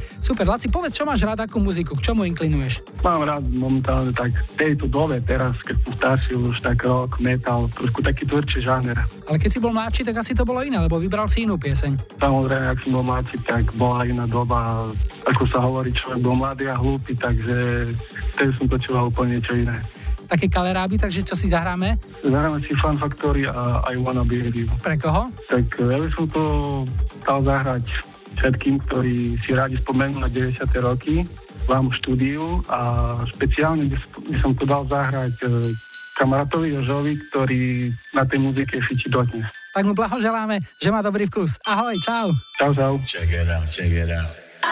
Super, Laci, povedz, čo máš rád, akú muziku, k čomu inklinuješ? Mám rád momentálne tak tejto dobe, teraz, keď som starší, už tak rock, metal, trošku taký tvrdší žáner. Ale keď si bol mladší, tak asi to bolo iné, lebo vybral si inú pieseň. Samozrejme, ak som bol mladší, tak bola iná doba, ako sa hovorí, človek bol mladý a hlúpy, takže vtedy som počúval úplne niečo iné. Také kaleráby, takže čo si zahráme? Zahráme si Fun Factory a I Wanna Be With You. Pre koho? Tak ja by som to dal zahrať všetkým, ktorí si rádi spomenú na 90. roky, vám v štúdiu a špeciálne by som to dal zahrať kamarátovi Jožovi, ktorý na tej muzike fičí dodnes. Tak mu blahoželáme, že má dobrý vkus. Ahoj, čau. Čau, čau. Check it out, check it out.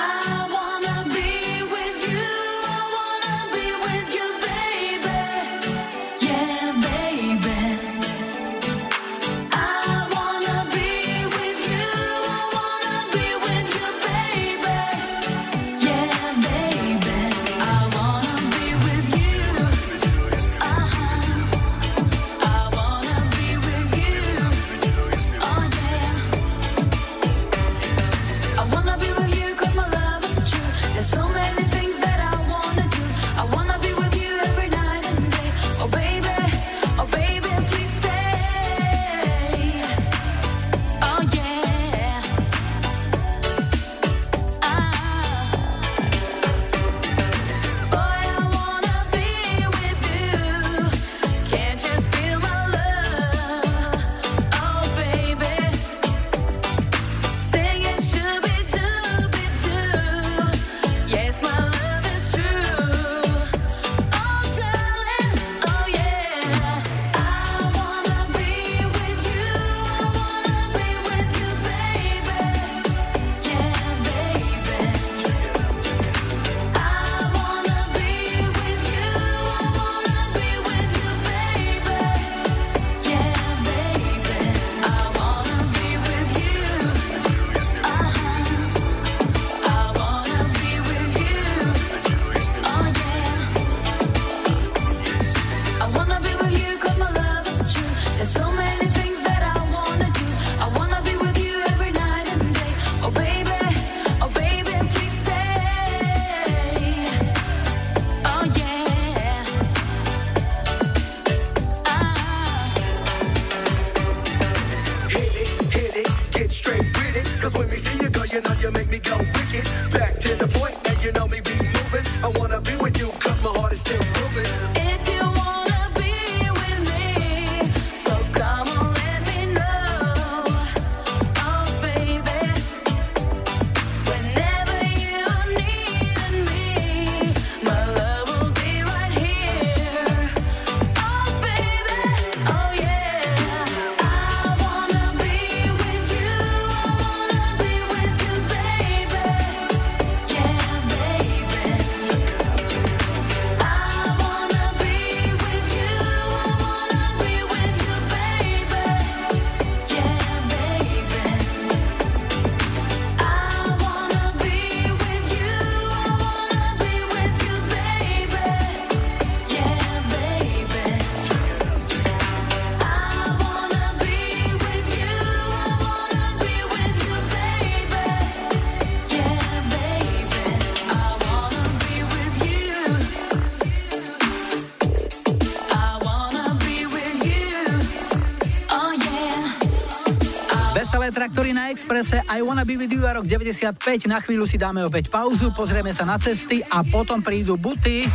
Traktory na Expresse, I Wanna Be With You a rok 95. Na chvíľu si dáme opäť pauzu, pozrieme sa na cesty a potom prídu buty.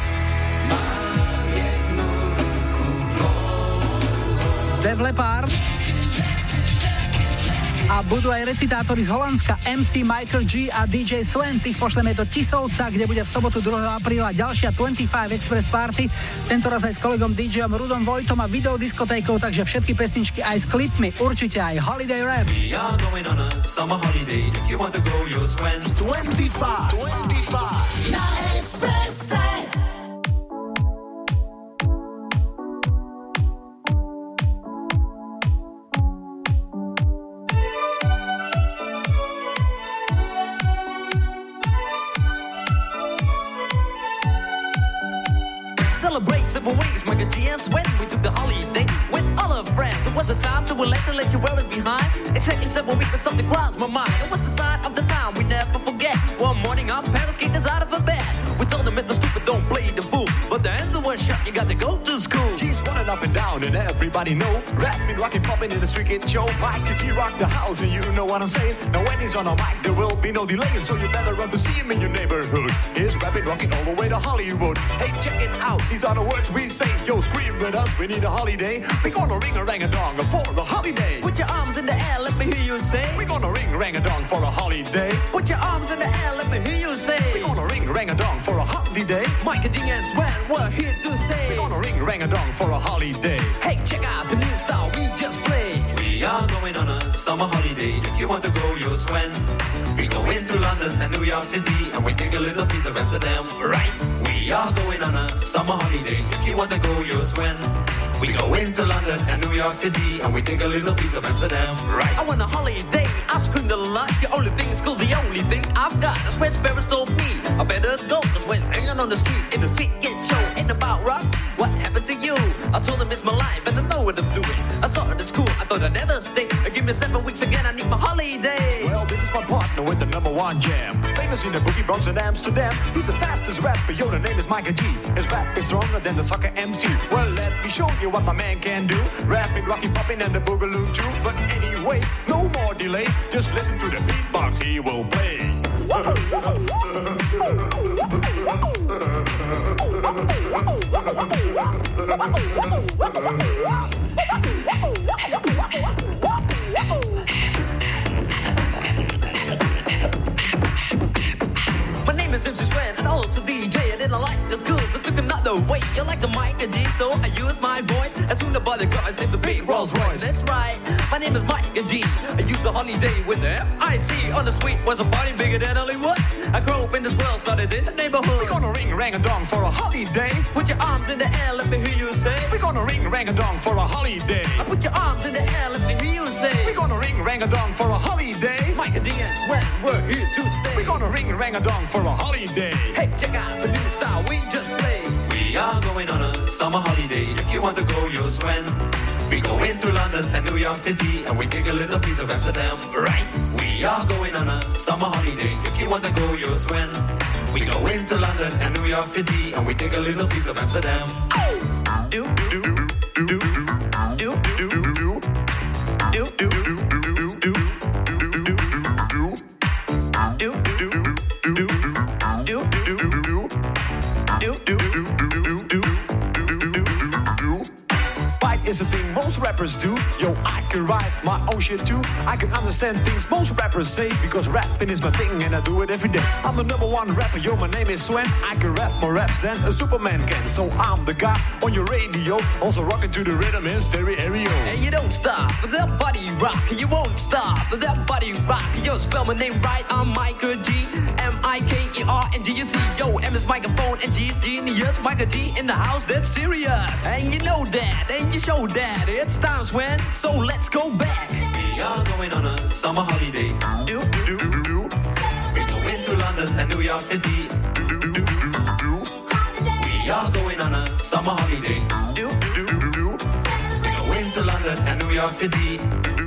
Def Leppard. A budú aj recitátori z Holandska MC Michael G a DJ Sven. Tých pošleme do Tisovca, kde bude v sobotu 2. apríla ďalšia 25 Express Party. Tentoraz aj s kolegom DJom Rudom Vojtom a videodiskotékou, takže všetky pesničky aj s klipmi, určite aj Holiday Rap. 25 na Expresse. celebrate 7 weeks. Michael G and Swen, we took the holiday with all our friends. It was a time to relax and let you wear it behind. Exactly 7 weeks, but something crossed my mind. It was the sign of the time we never forget. One morning our parents kicked us out of a bed. We told them it's no stupid, don't play the fool. But the answer was shut, you got to go to school. G's running up and down and everybody know. Rapping, rocking, popping in the street kid show. Michael G rock the house and you know what I'm saying. Now when he's on a mic there will be no delay. So you better run to see him in your neighborhood. He's rapping, rocking all the way to Hollywood. Hey, check it out, these are the words we say. Yo, scream with us, we need a holiday. We gonna ring a rang a dong for a holiday. Put your arms in the air, let me hear you say. We gonna ring rang a dong for a holiday. Put your arms in the air, let me hear you say. We gonna ring rang a dong for a holiday. Michael D and Swen, we're here to stay. We gonna ring rang a dong for a holiday. Hey, check out the new style we just played. We are going on a summer holiday. If you want to go, you'll swim. We go into London and New York City, and we take a little piece of Amsterdam. Right? We are going on a summer holiday. If you want to go, you'll swim. We go into London and New York City, and we take a little piece of Amsterdam. Right? I want a holiday. I've screamed a lot. The only thing is cool. The only thing I've got. That's where Ferris told me I better go. Cause when hanging on the street, in the street get show. Ain't about rocks. What happened to you? I told him it's my life and I know what I'm doing. I saw it at school. I thought I'd never stay. Give me 7 weeks again. I need my holiday. Well, this is my partner with the #1 jam. Famous in the Boogie Bronx and Amsterdam. He's the fastest rapper. Yo, the name is Michael G. His rap is stronger than the soccer MC. Well, let me show you what my man can do. Rapping, rocking, popping, and the boogaloo too. But anyway, no more delay. Just listen to the beatbox he will play. My name is MC Swen and also DJ. I didn't like the school, so took another way. You like the Michael G, so I use my voice. As soon as the guys named the big Rolls Royce. That's right, my name is Michael G. I used the holiday with the F-I-C. On the street was a party bigger than Hollywood. I grew up in this world, started in the neighborhood. We're gonna ring rang a dong for a holiday. Put your arms in the air, let me hear you say. We're gonna ring rang a dong for a holiday. Put your arms in the air, let me hear you say. We're gonna ring rang a dong for a holiday. Michael D and Swen, we're here to stay. We're gonna ring rang a dong for a holiday. Hey, check out the new style we just played. We are going on a summer holiday. If you want to go, you'll swim. We go into London and New York City, and we take a little piece of Amsterdam. Right? We are going on a summer holiday. If you want to go, you'll swim. We go into London and New York City, and we take a little piece of Amsterdam. Do do do do do do do is a thing most rappers do. Yo, I can write my own shit too. I can understand things most rappers say, because rapping is my thing and I do it every day. I'm the #1 rapper, yo, my name is Swen. I can rap more raps than a Superman can. So I'm the guy on your radio, also rocking to the rhythm in stereo. And you don't stop with that body rock. You won't stop with that body rock. Yo, spell my name right, I'm Michael G. M-I-K-E-R-N-G-U-C. Yo, M is microphone and G is genius. Michael G in the house, that's serious. And you know that, and you show that. It's time, Swen, so let's go back. We are going on a summer holiday. Do, do, do, do. We go into London and New York City. We are going on a summer holiday. Do, do, do, do. We go into London and New York City.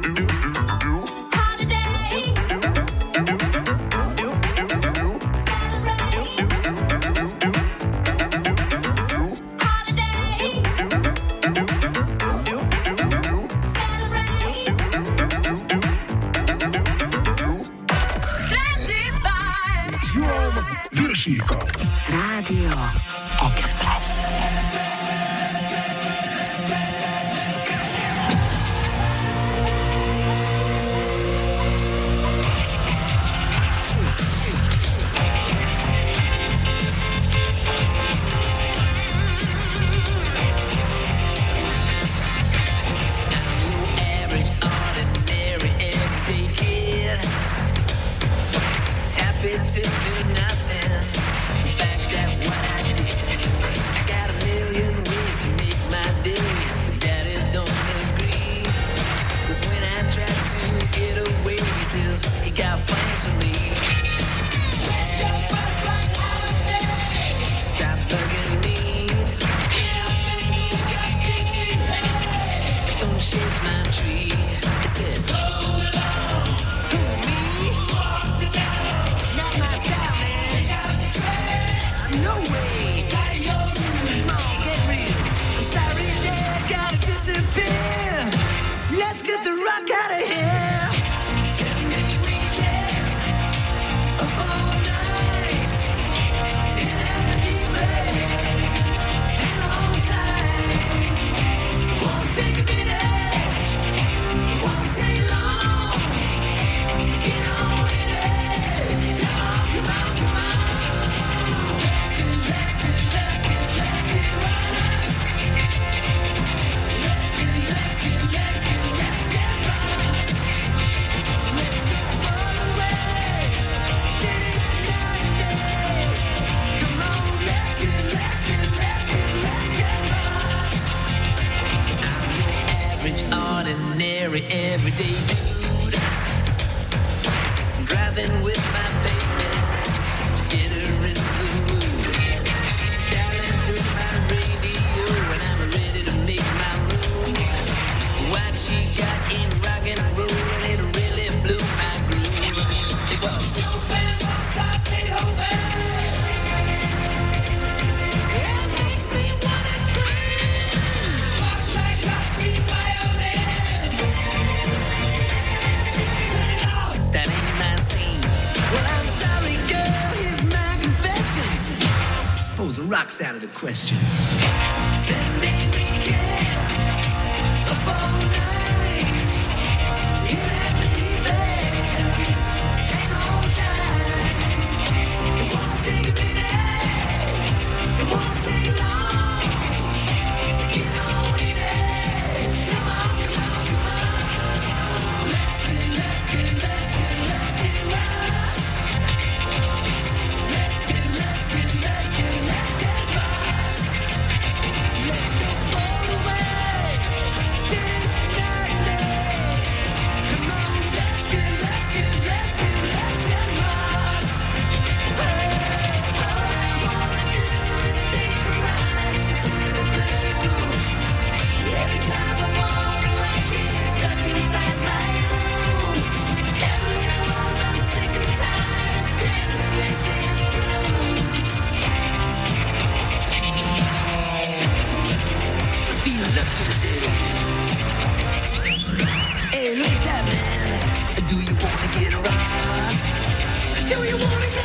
Rádio Express. let's get the rock out of here. Saturday weekend, up all night, in at the deep end, hang on tight. Won't take a minute, won't take long. So get on in it. Come on, come on. Ordinary, everyday dude, driving with my baby to get her in the mood. She's dialing through my radio and I'm ready to make my move. What she got in rock and roll, and it really blew my groove. It was Chopin, Mozart, Beethoven. It makes me wanna scream. Tchaikovsky, violin. That ain't my scene. Well, I'm sorry, girl, here's my confession. Suppose the rock's out of the question. Saturday weekend, up all night, in at the deep end, hang on tight. It won't take a minute, it won't take long. So get on in it. Come on, come on, come on. Let's get right. Let's get right. Let's go all the way. Come on, let's get right. All I wanna do is take a ride into the blue. Every time I wanna, I get stuck inside my room. Every hour I'm sick and tired of dancing with this broom. Feel lucky today. Hey, look at that, man. Do you wanna get right? Do you wanna get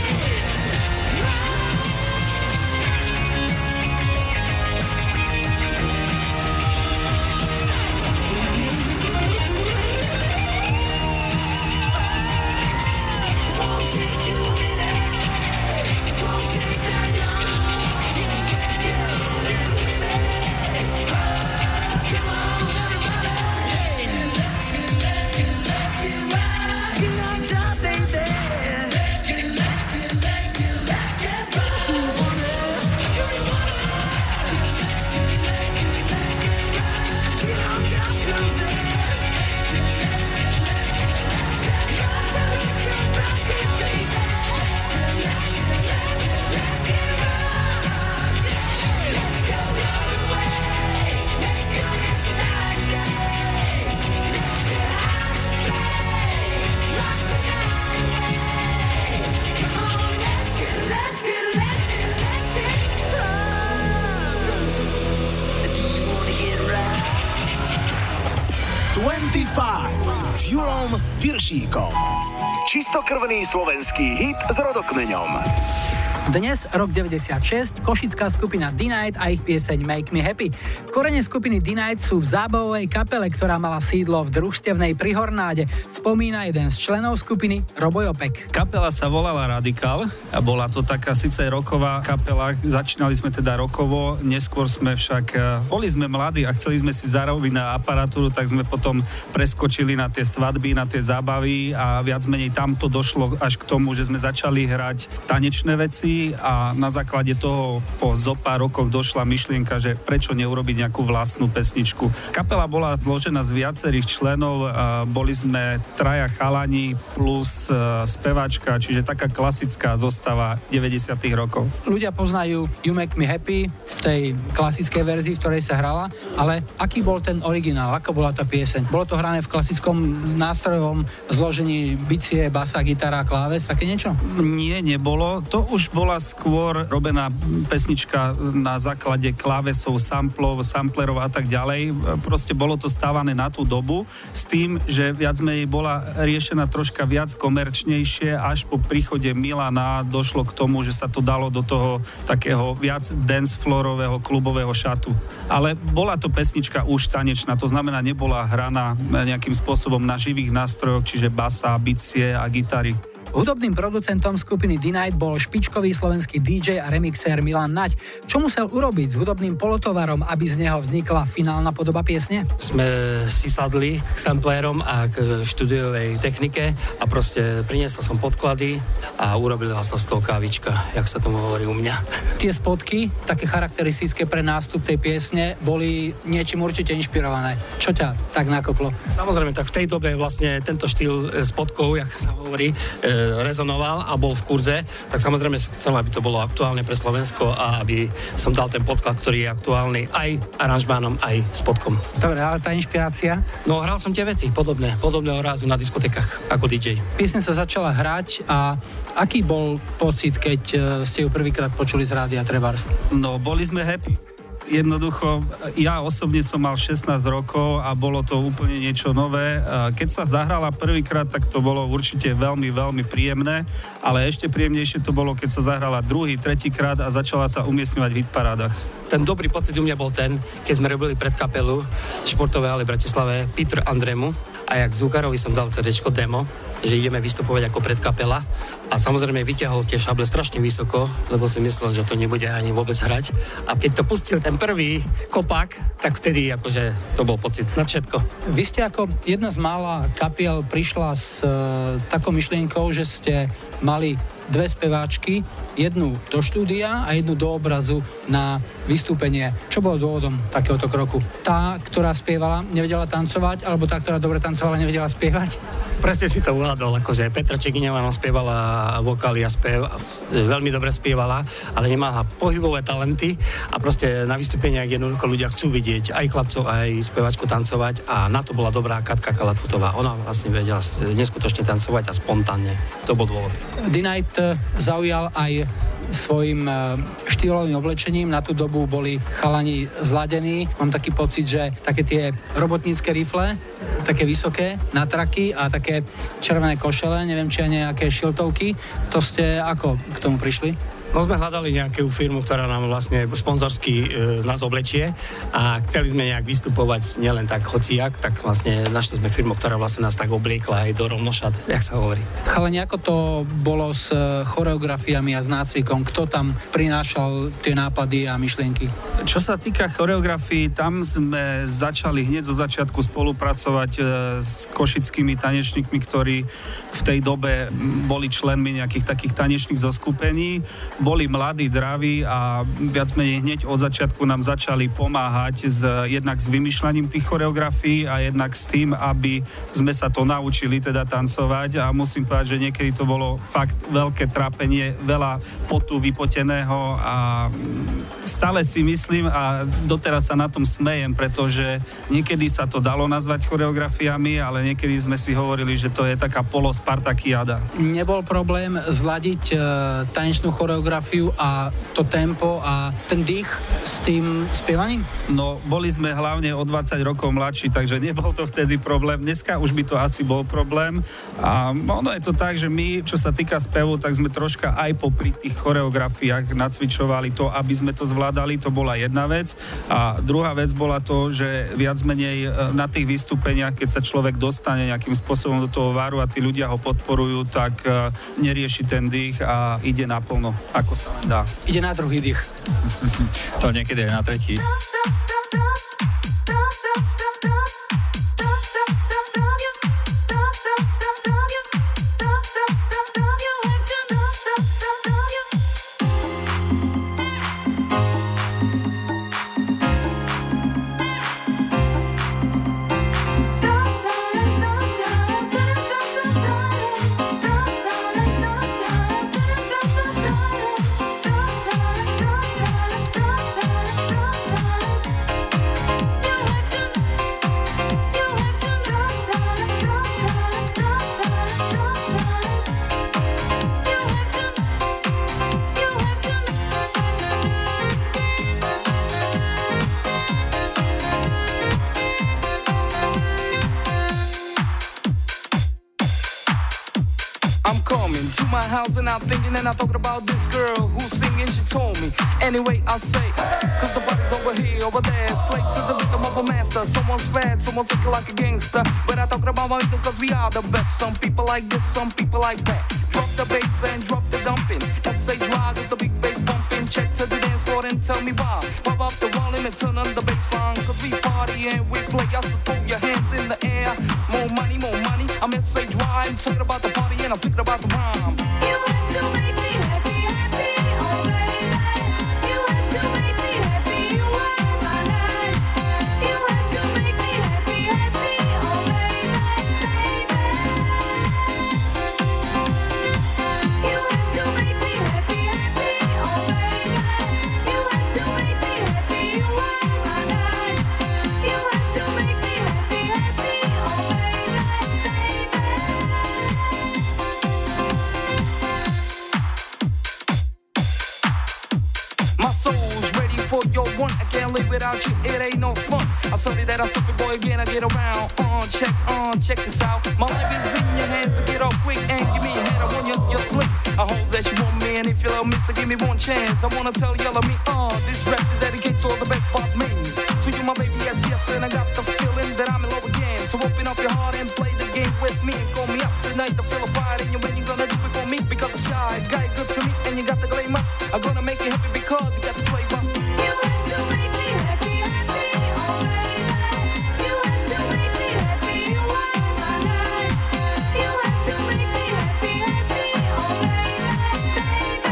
Won't take you a minute, won't take that long. Get on in with it. Come on, everybody. Let's get right. Get on top, baby. Let's get right. Do you wanna? Get on top, girls. Let's get 25 s Julom Viršíkom. Čistokrvný slovenský hit s rodokmeňom. Dnes, rok 96, košická skupina D-Night a ich pieseň Make Me Happy. Korene skupiny D-Night sú v zábavovej kapele, ktorá mala sídlo v družstevnej pri Hornáde. Spomína jeden z členov skupiny, Robo Jopek. Kapela sa volala Radikál a bola to taká síce rocková kapela. Začínali sme teda rockovo, neskôr sme však, boli sme mladí a chceli sme si zarobiť na aparatúru, tak sme potom preskočili na tie svadby, na tie zábavy a viac menej tam to došlo až k tomu, že sme začali hrať tanečné veci a na základe toho po zopár rokoch došla myšlienka, že prečo neurobiť nejakú vlastnú pesničku. Kapela bola zložená z viacerých členov, boli sme traja chalani plus speváčka, čiže taká klasická zostava 90. rokov. Ľudia poznajú You Make Me Happy v tej klasickej verzii, v ktorej sa hrala, ale aký bol ten originál, aká bola tá pieseň? Bolo to hrané v klasickom nástrojovom zložení bicie, basa, gitara, kláves, také niečo? Nie, nebolo. To už bolo bola skôr robená pesnička na základe klávesov, samplov, samplerov a tak ďalej. Proste bolo to stávané na tú dobu s tým, že viac menej bola riešená troška viac komerčnejšie. Až po príchode Milana došlo k tomu, že sa to dalo do toho takého viac dancefloorového klubového šatu. Ale bola to pesnička už tanečná, to znamená nebola hraná nejakým spôsobom na živých nástrojoch, čiže basa, bicie a gitary. Hudobným producentom skupiny D-Night bol špičkový slovenský DJ a remixér Milan Naď. Čo musel urobiť s hudobným polotovarom, aby z neho vznikla finálna podoba piesne? Sme si sadli k samplérom a k štúdiovej technike a proste priniesol som podklady a urobila sa z toho kávička, jak sa tomu hovorí u mňa. Tie spotky, také charakteristické pre nástup tej piesne, boli niečím určite inšpirované. Čo ťa tak nakoplo? Samozrejme, tak v tej dobe vlastne tento štýl spotkov, jak sa hovorí, rezonoval a bol v kurze, tak samozrejme chcem, aby to bolo aktuálne pre Slovensko a aby som dal ten podklad, ktorý je aktuálny aj aranžmánom, aj spotkom. Dobre, ale tá inšpirácia? No, hral som tie veci podobného rázu na diskotékach ako DJ. Piesne sa začala hrať a aký bol pocit, keď ste ju prvýkrát počuli z rádia Trebárs? No, boli sme happy. Jednoducho, ja osobne som mal 16 rokov a bolo to úplne niečo nové. Keď sa zahrala prvýkrát, tak to bolo určite veľmi, veľmi príjemné, ale ešte príjemnejšie to bolo, keď sa zahrala druhý, tretíkrát a začala sa umiestňovať v hitparádach. Ten dobrý pocit u mňa bol ten, keď sme robili predkapelu v športovej hale v Bratislave Peter Andremu a jak zvukárovi som dal CDčko demo, že ideme vystupovať ako predkapela a samozrejme vyťahol tie šable strašne vysoko, lebo si myslel, že to nebude ani vôbec hrať a keď to pustil ten prvý kopak, tak vtedy akože to bol pocit na všetko. Vy ste ako jedna z mála kapiel prišla s takou myšlienkou, že ste mali dve speváčky, jednu do štúdia a jednu do obrazu na vystúpenie. Čo bolo dôvodom takéhoto kroku? Tá, ktorá spievala, nevedela tancovať, alebo tá, ktorá dobre tancovala, nevedela spievať? Presne si to uhádol, akože Petra Čegiňová nám spievala vokály a veľmi dobre spievala, ale nemala pohybové talenty a proste na vystúpeniach jednoducho ľudia chcú vidieť aj chlapcov, aj speváčku tancovať a na to bola dobrá Katka Kalatfutová. Ona vlastne vedela neskutočne tancovať a spontánne. To bol dôvod. D-Night zaujal aj svojim štýlovým oblečením. Na tú dobu boli chalani zladení. Mám taký pocit, že také tie robotnícke rifle, také vysoké natraky a také červené košele, neviem, či aj nejaké šiltovky. To ste ako k tomu prišli? No sme hľadali nejakú firmu, ktorá nám vlastne sponzorsky nás oblečie a chceli sme nejak vystupovať nielen tak hociak, tak vlastne našli sme firmu, ktorá vlastne nás tak obliekla aj do rovnošat, jak sa hovorí. Chalani, ako to bolo s choreografiami a s nácvikom? Kto tam prinášal tie nápady a myšlienky? Čo sa týka choreografií, tam sme začali hneď zo začiatku spolupracovať s košickými tanečníkmi, ktorí v tej dobe boli členmi nejakých takých tanečných zoskupení. Boli mladí, draví a viac menej hneď od začiatku nám začali pomáhať jednak s vymýšľaním tých choreografií a jednak s tým, aby sme sa to naučili teda tancovať a musím povedať, že niekedy to bolo fakt veľké trápenie, veľa potu vypoteného a stále si myslím a doteraz sa na tom smejem, pretože niekedy sa to dalo nazvať choreografiami, ale niekedy sme si hovorili, že to je taká polospartakiáda. Nebol problém zladiť tanečnú choreografiu a to tempo a ten dých s tým spievaním? No, boli sme hlavne o 20 rokov mladší, takže nebol to vtedy problém. Dneska už by to asi bol problém. A ono je to tak, že my, čo sa týka spevu, tak sme troška aj popri tých choreografiách nacvičovali to, aby sme to zvládali, to bola jedna vec. A druhá vec bola to, že viac menej na tých vystúpeniach, keď sa človek dostane nejakým spôsobom do toho váru a tí ľudia ho podporujú, tak nerieši ten dých a ide naplno, ako sa len dá. Ide na druhý dých. To niekedy aj na tretí. I'm coming to my house and I'm thinking and I'm talking about this girl who's singing, she told me. Anyway, I'll say, cause the body's over here, over there, slave to the victim of a master. Someone's bad, someone's looking like a gangster. But I talking about my people cause we are the best. Some people like this, some people like that. Drop the bass and drop the dumping. S.A. Drive with the big bass bumping. Check to the dance floor and tell me why. Pop up the volume and turn on the bass line. Cause we party and we play, y'all so throw your hands in the air. More money, more money. I'm S.A. Drive, I'm talking about the party and I'm thinking about the rhyme. You want to make me happy, happy, oh baby. You want to make me happy, you are my life. You want to make me happy, happy, oh baby, baby. You want to make me happy, happy, oh baby. You want to make me happy, you are my life. You want to make me happy, happy, oh baby, baby. My soul's ready for your one. I can't live without you, it ain't no fun. I saw that I stupid boy again, I get around. Check this out. My life is in your hands, so get off quick and give me a hand. I want your slip. I hope that you want me, and if you love me, so give me one chance. I wanna tell y'all of me, this rap is dedicated to all the best part of me. So you my baby, yes, and I got the feeling that I'm in love again. So open up your heart and play the game with me. And call me up tonight to feel a part in you when you gonna do it for me. Because the shy guy good to me, and you got the glamour. I'm gonna make you happy because you got the flavor. You want to make me happy, happy, oh baby. You want to make me happy, you are my life. You want to make me happy, happy, oh baby, baby.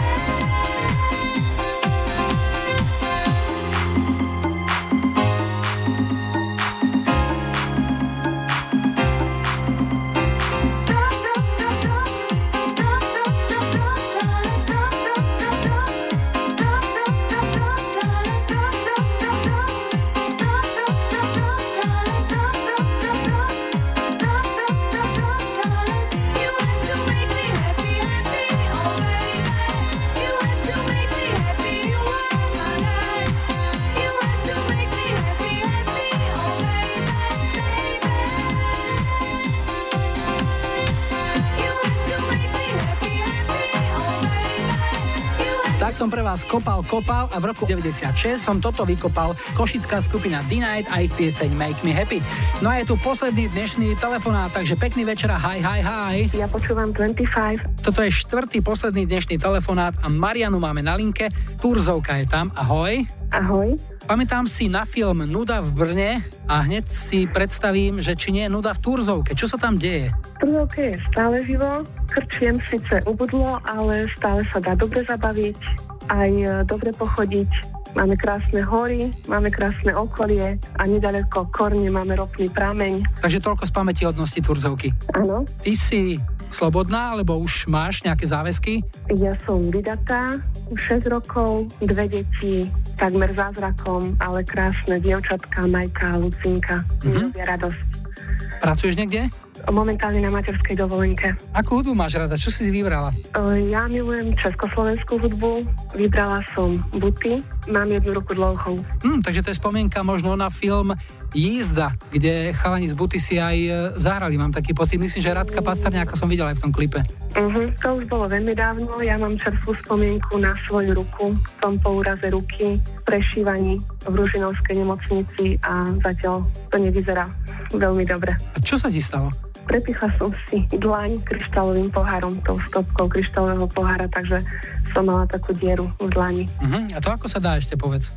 Tak som pre vás kopal a v roku 96 som toto vykopal. Košická skupina D-Night a ich pieseň Make Me Happy. No a je tu posledný dnešný telefonát, takže pekný večer a hi. Ja počúvam 25. Toto je štvrtý posledný dnešný telefonát a Marianu máme na linke. Turzovka je tam, ahoj. Ahoj. Pamätám si na film Nuda v Brne a hneď si predstavím, že či nie je nuda v Turzovke. Čo sa tam deje? V Turzovke je stále živo, krčiem síce ubudlo, ale stále sa dá dobre zabaviť, aj dobre pochodiť. Máme krásne hory, máme krásne okolie a nedaleko Korne máme ropný prameň. Takže toľko z pamätihodnosti Turzovky. Áno. Ty si slobodná, alebo už máš nejaké záväzky? Ja som vydatá, 6 rokov, 2 deti, takmer zázrakom, ale krásne dievčatka, Majka a Lucinka. Mi robia radosť. Pracuješ niekde? Momentálne na materskej dovolenke. Akú hudbu máš rada? Čo si vybrala? Ja milujem československú hudbu. Vybrala som Buty. Mám jednu ruku dlouhou. Takže to je spomienka možno na film Jízda, kde chalani z Buty si aj zahrali. Mám taký pocit. Myslím, že Radka Pasterňáka som videla aj v tom klipe. To už bolo veľmi dávno. Ja mám čerstvú spomienku na svoju ruku. Som po úraze ruky pre šívaní v Ružinovskej nemocnici a zatiaľ to nevyzerá veľmi dobre. A čo sa ti stalo? Prepichla som si dlaň kryštálovým pohárom, tou stopkou kryštálového pohára, takže som mala takú dieru v dlani. A to ako sa dá, ešte povedz?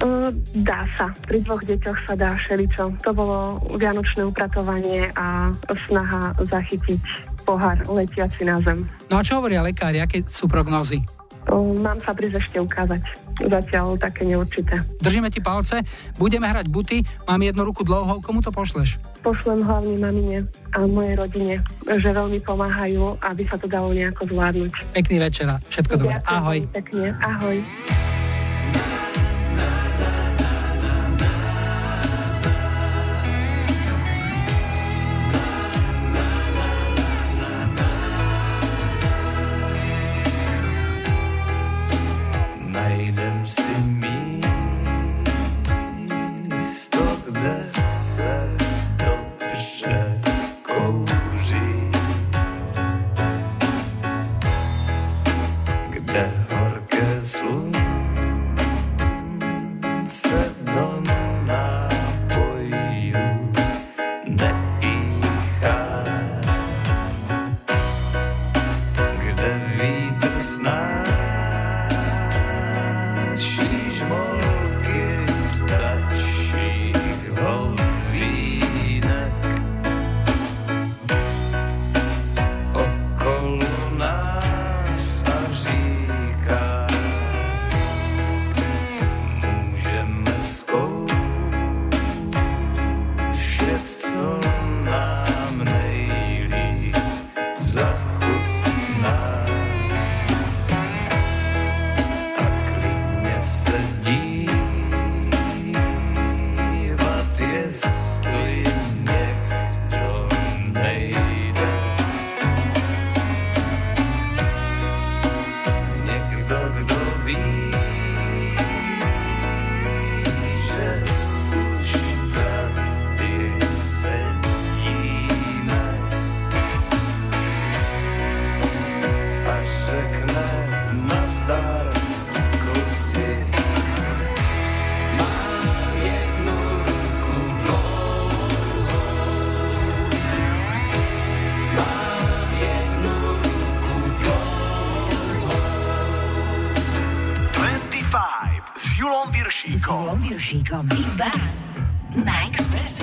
Dá sa. Pri 2 deťoch sa dá všeličo. To bolo vianočné upratovanie a snaha zachytiť pohár letiaci na zem. No a čo hovoria lekári? Aké sú prognózy? Mám sa prísť ešte ukázať. Zatiaľ také neurčité. Držíme ti palce, budeme hrať Buty, mám jednu ruku dlouhou, komu to pošleš? Pošlem hlavne mamine a mojej rodine, že veľmi pomáhajú, aby sa to dalo nejako zvládnuť. Pekný večer a všetko dobré. Ahoj. Pekne, ahoj. Najdem si místo, kde se dobře kouří. Viršíkom. Big Bang na Expresse.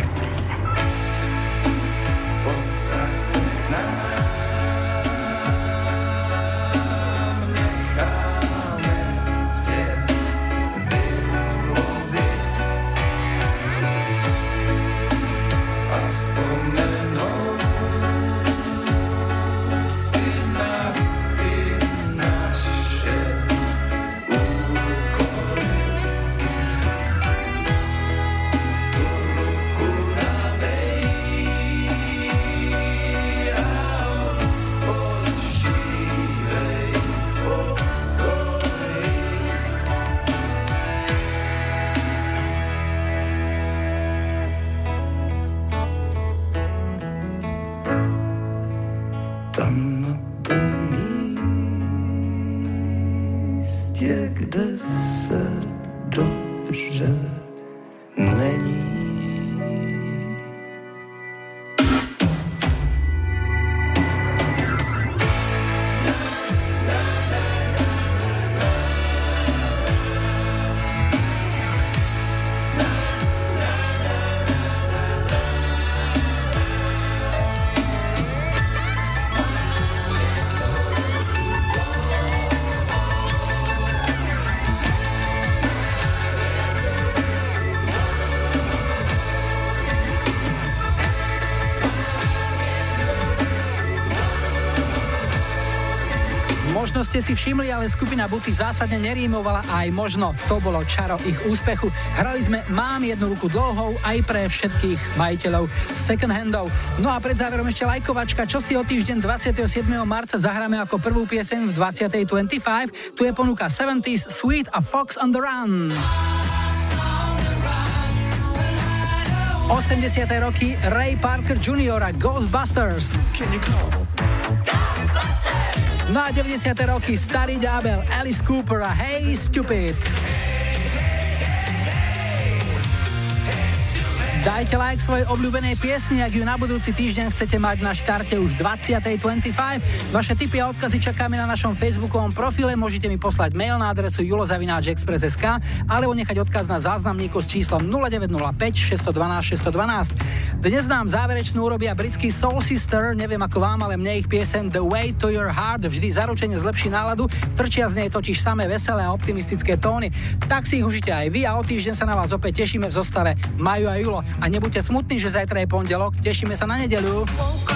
Kde se dobře není. Možno ste si všimli, ale skupina Buty zásadne nerímovala a aj možno to bolo čaro ich úspechu. Hrali sme Mám jednu ruku dlhou aj pre všetkých majiteľov second handov. No a pred záverom ešte lajkovačka, čo si o týždeň 27. marca zahráme ako prvú pieseň v 20.25. Tu je ponuka 70s Sweet a Fox on the Run. 80. roky Ray Parker Jr. a Ghostbusters. No a 90. roky starý ďábel Alice Cooper a Hey Stupid. Dajte like svojej obľúbenej piesni, ak ju na budúci týždeň chcete mať na štarte už 20.25. Vaše tipy a odkazy čakáme na našom facebookovom profile, môžete mi poslať mail na adresu julo@express.sk alebo nechať odkaz na záznamníku s číslom 0905 612 612. Dnes nám záverečnú urobia britský Soul Sister, neviem ako vám, ale mne ich pieseň The Way to Your Heart vždy zaručene zlepší náladu, trčia z nej totiž samé veselé a optimistické tóny. Tak si ich užite aj vy a o týždeň sa na vás opäť tešíme v zostave Maju a Julo. A nebuďte smutní, že zajtra je pondelok, tešíme sa na nedeľu.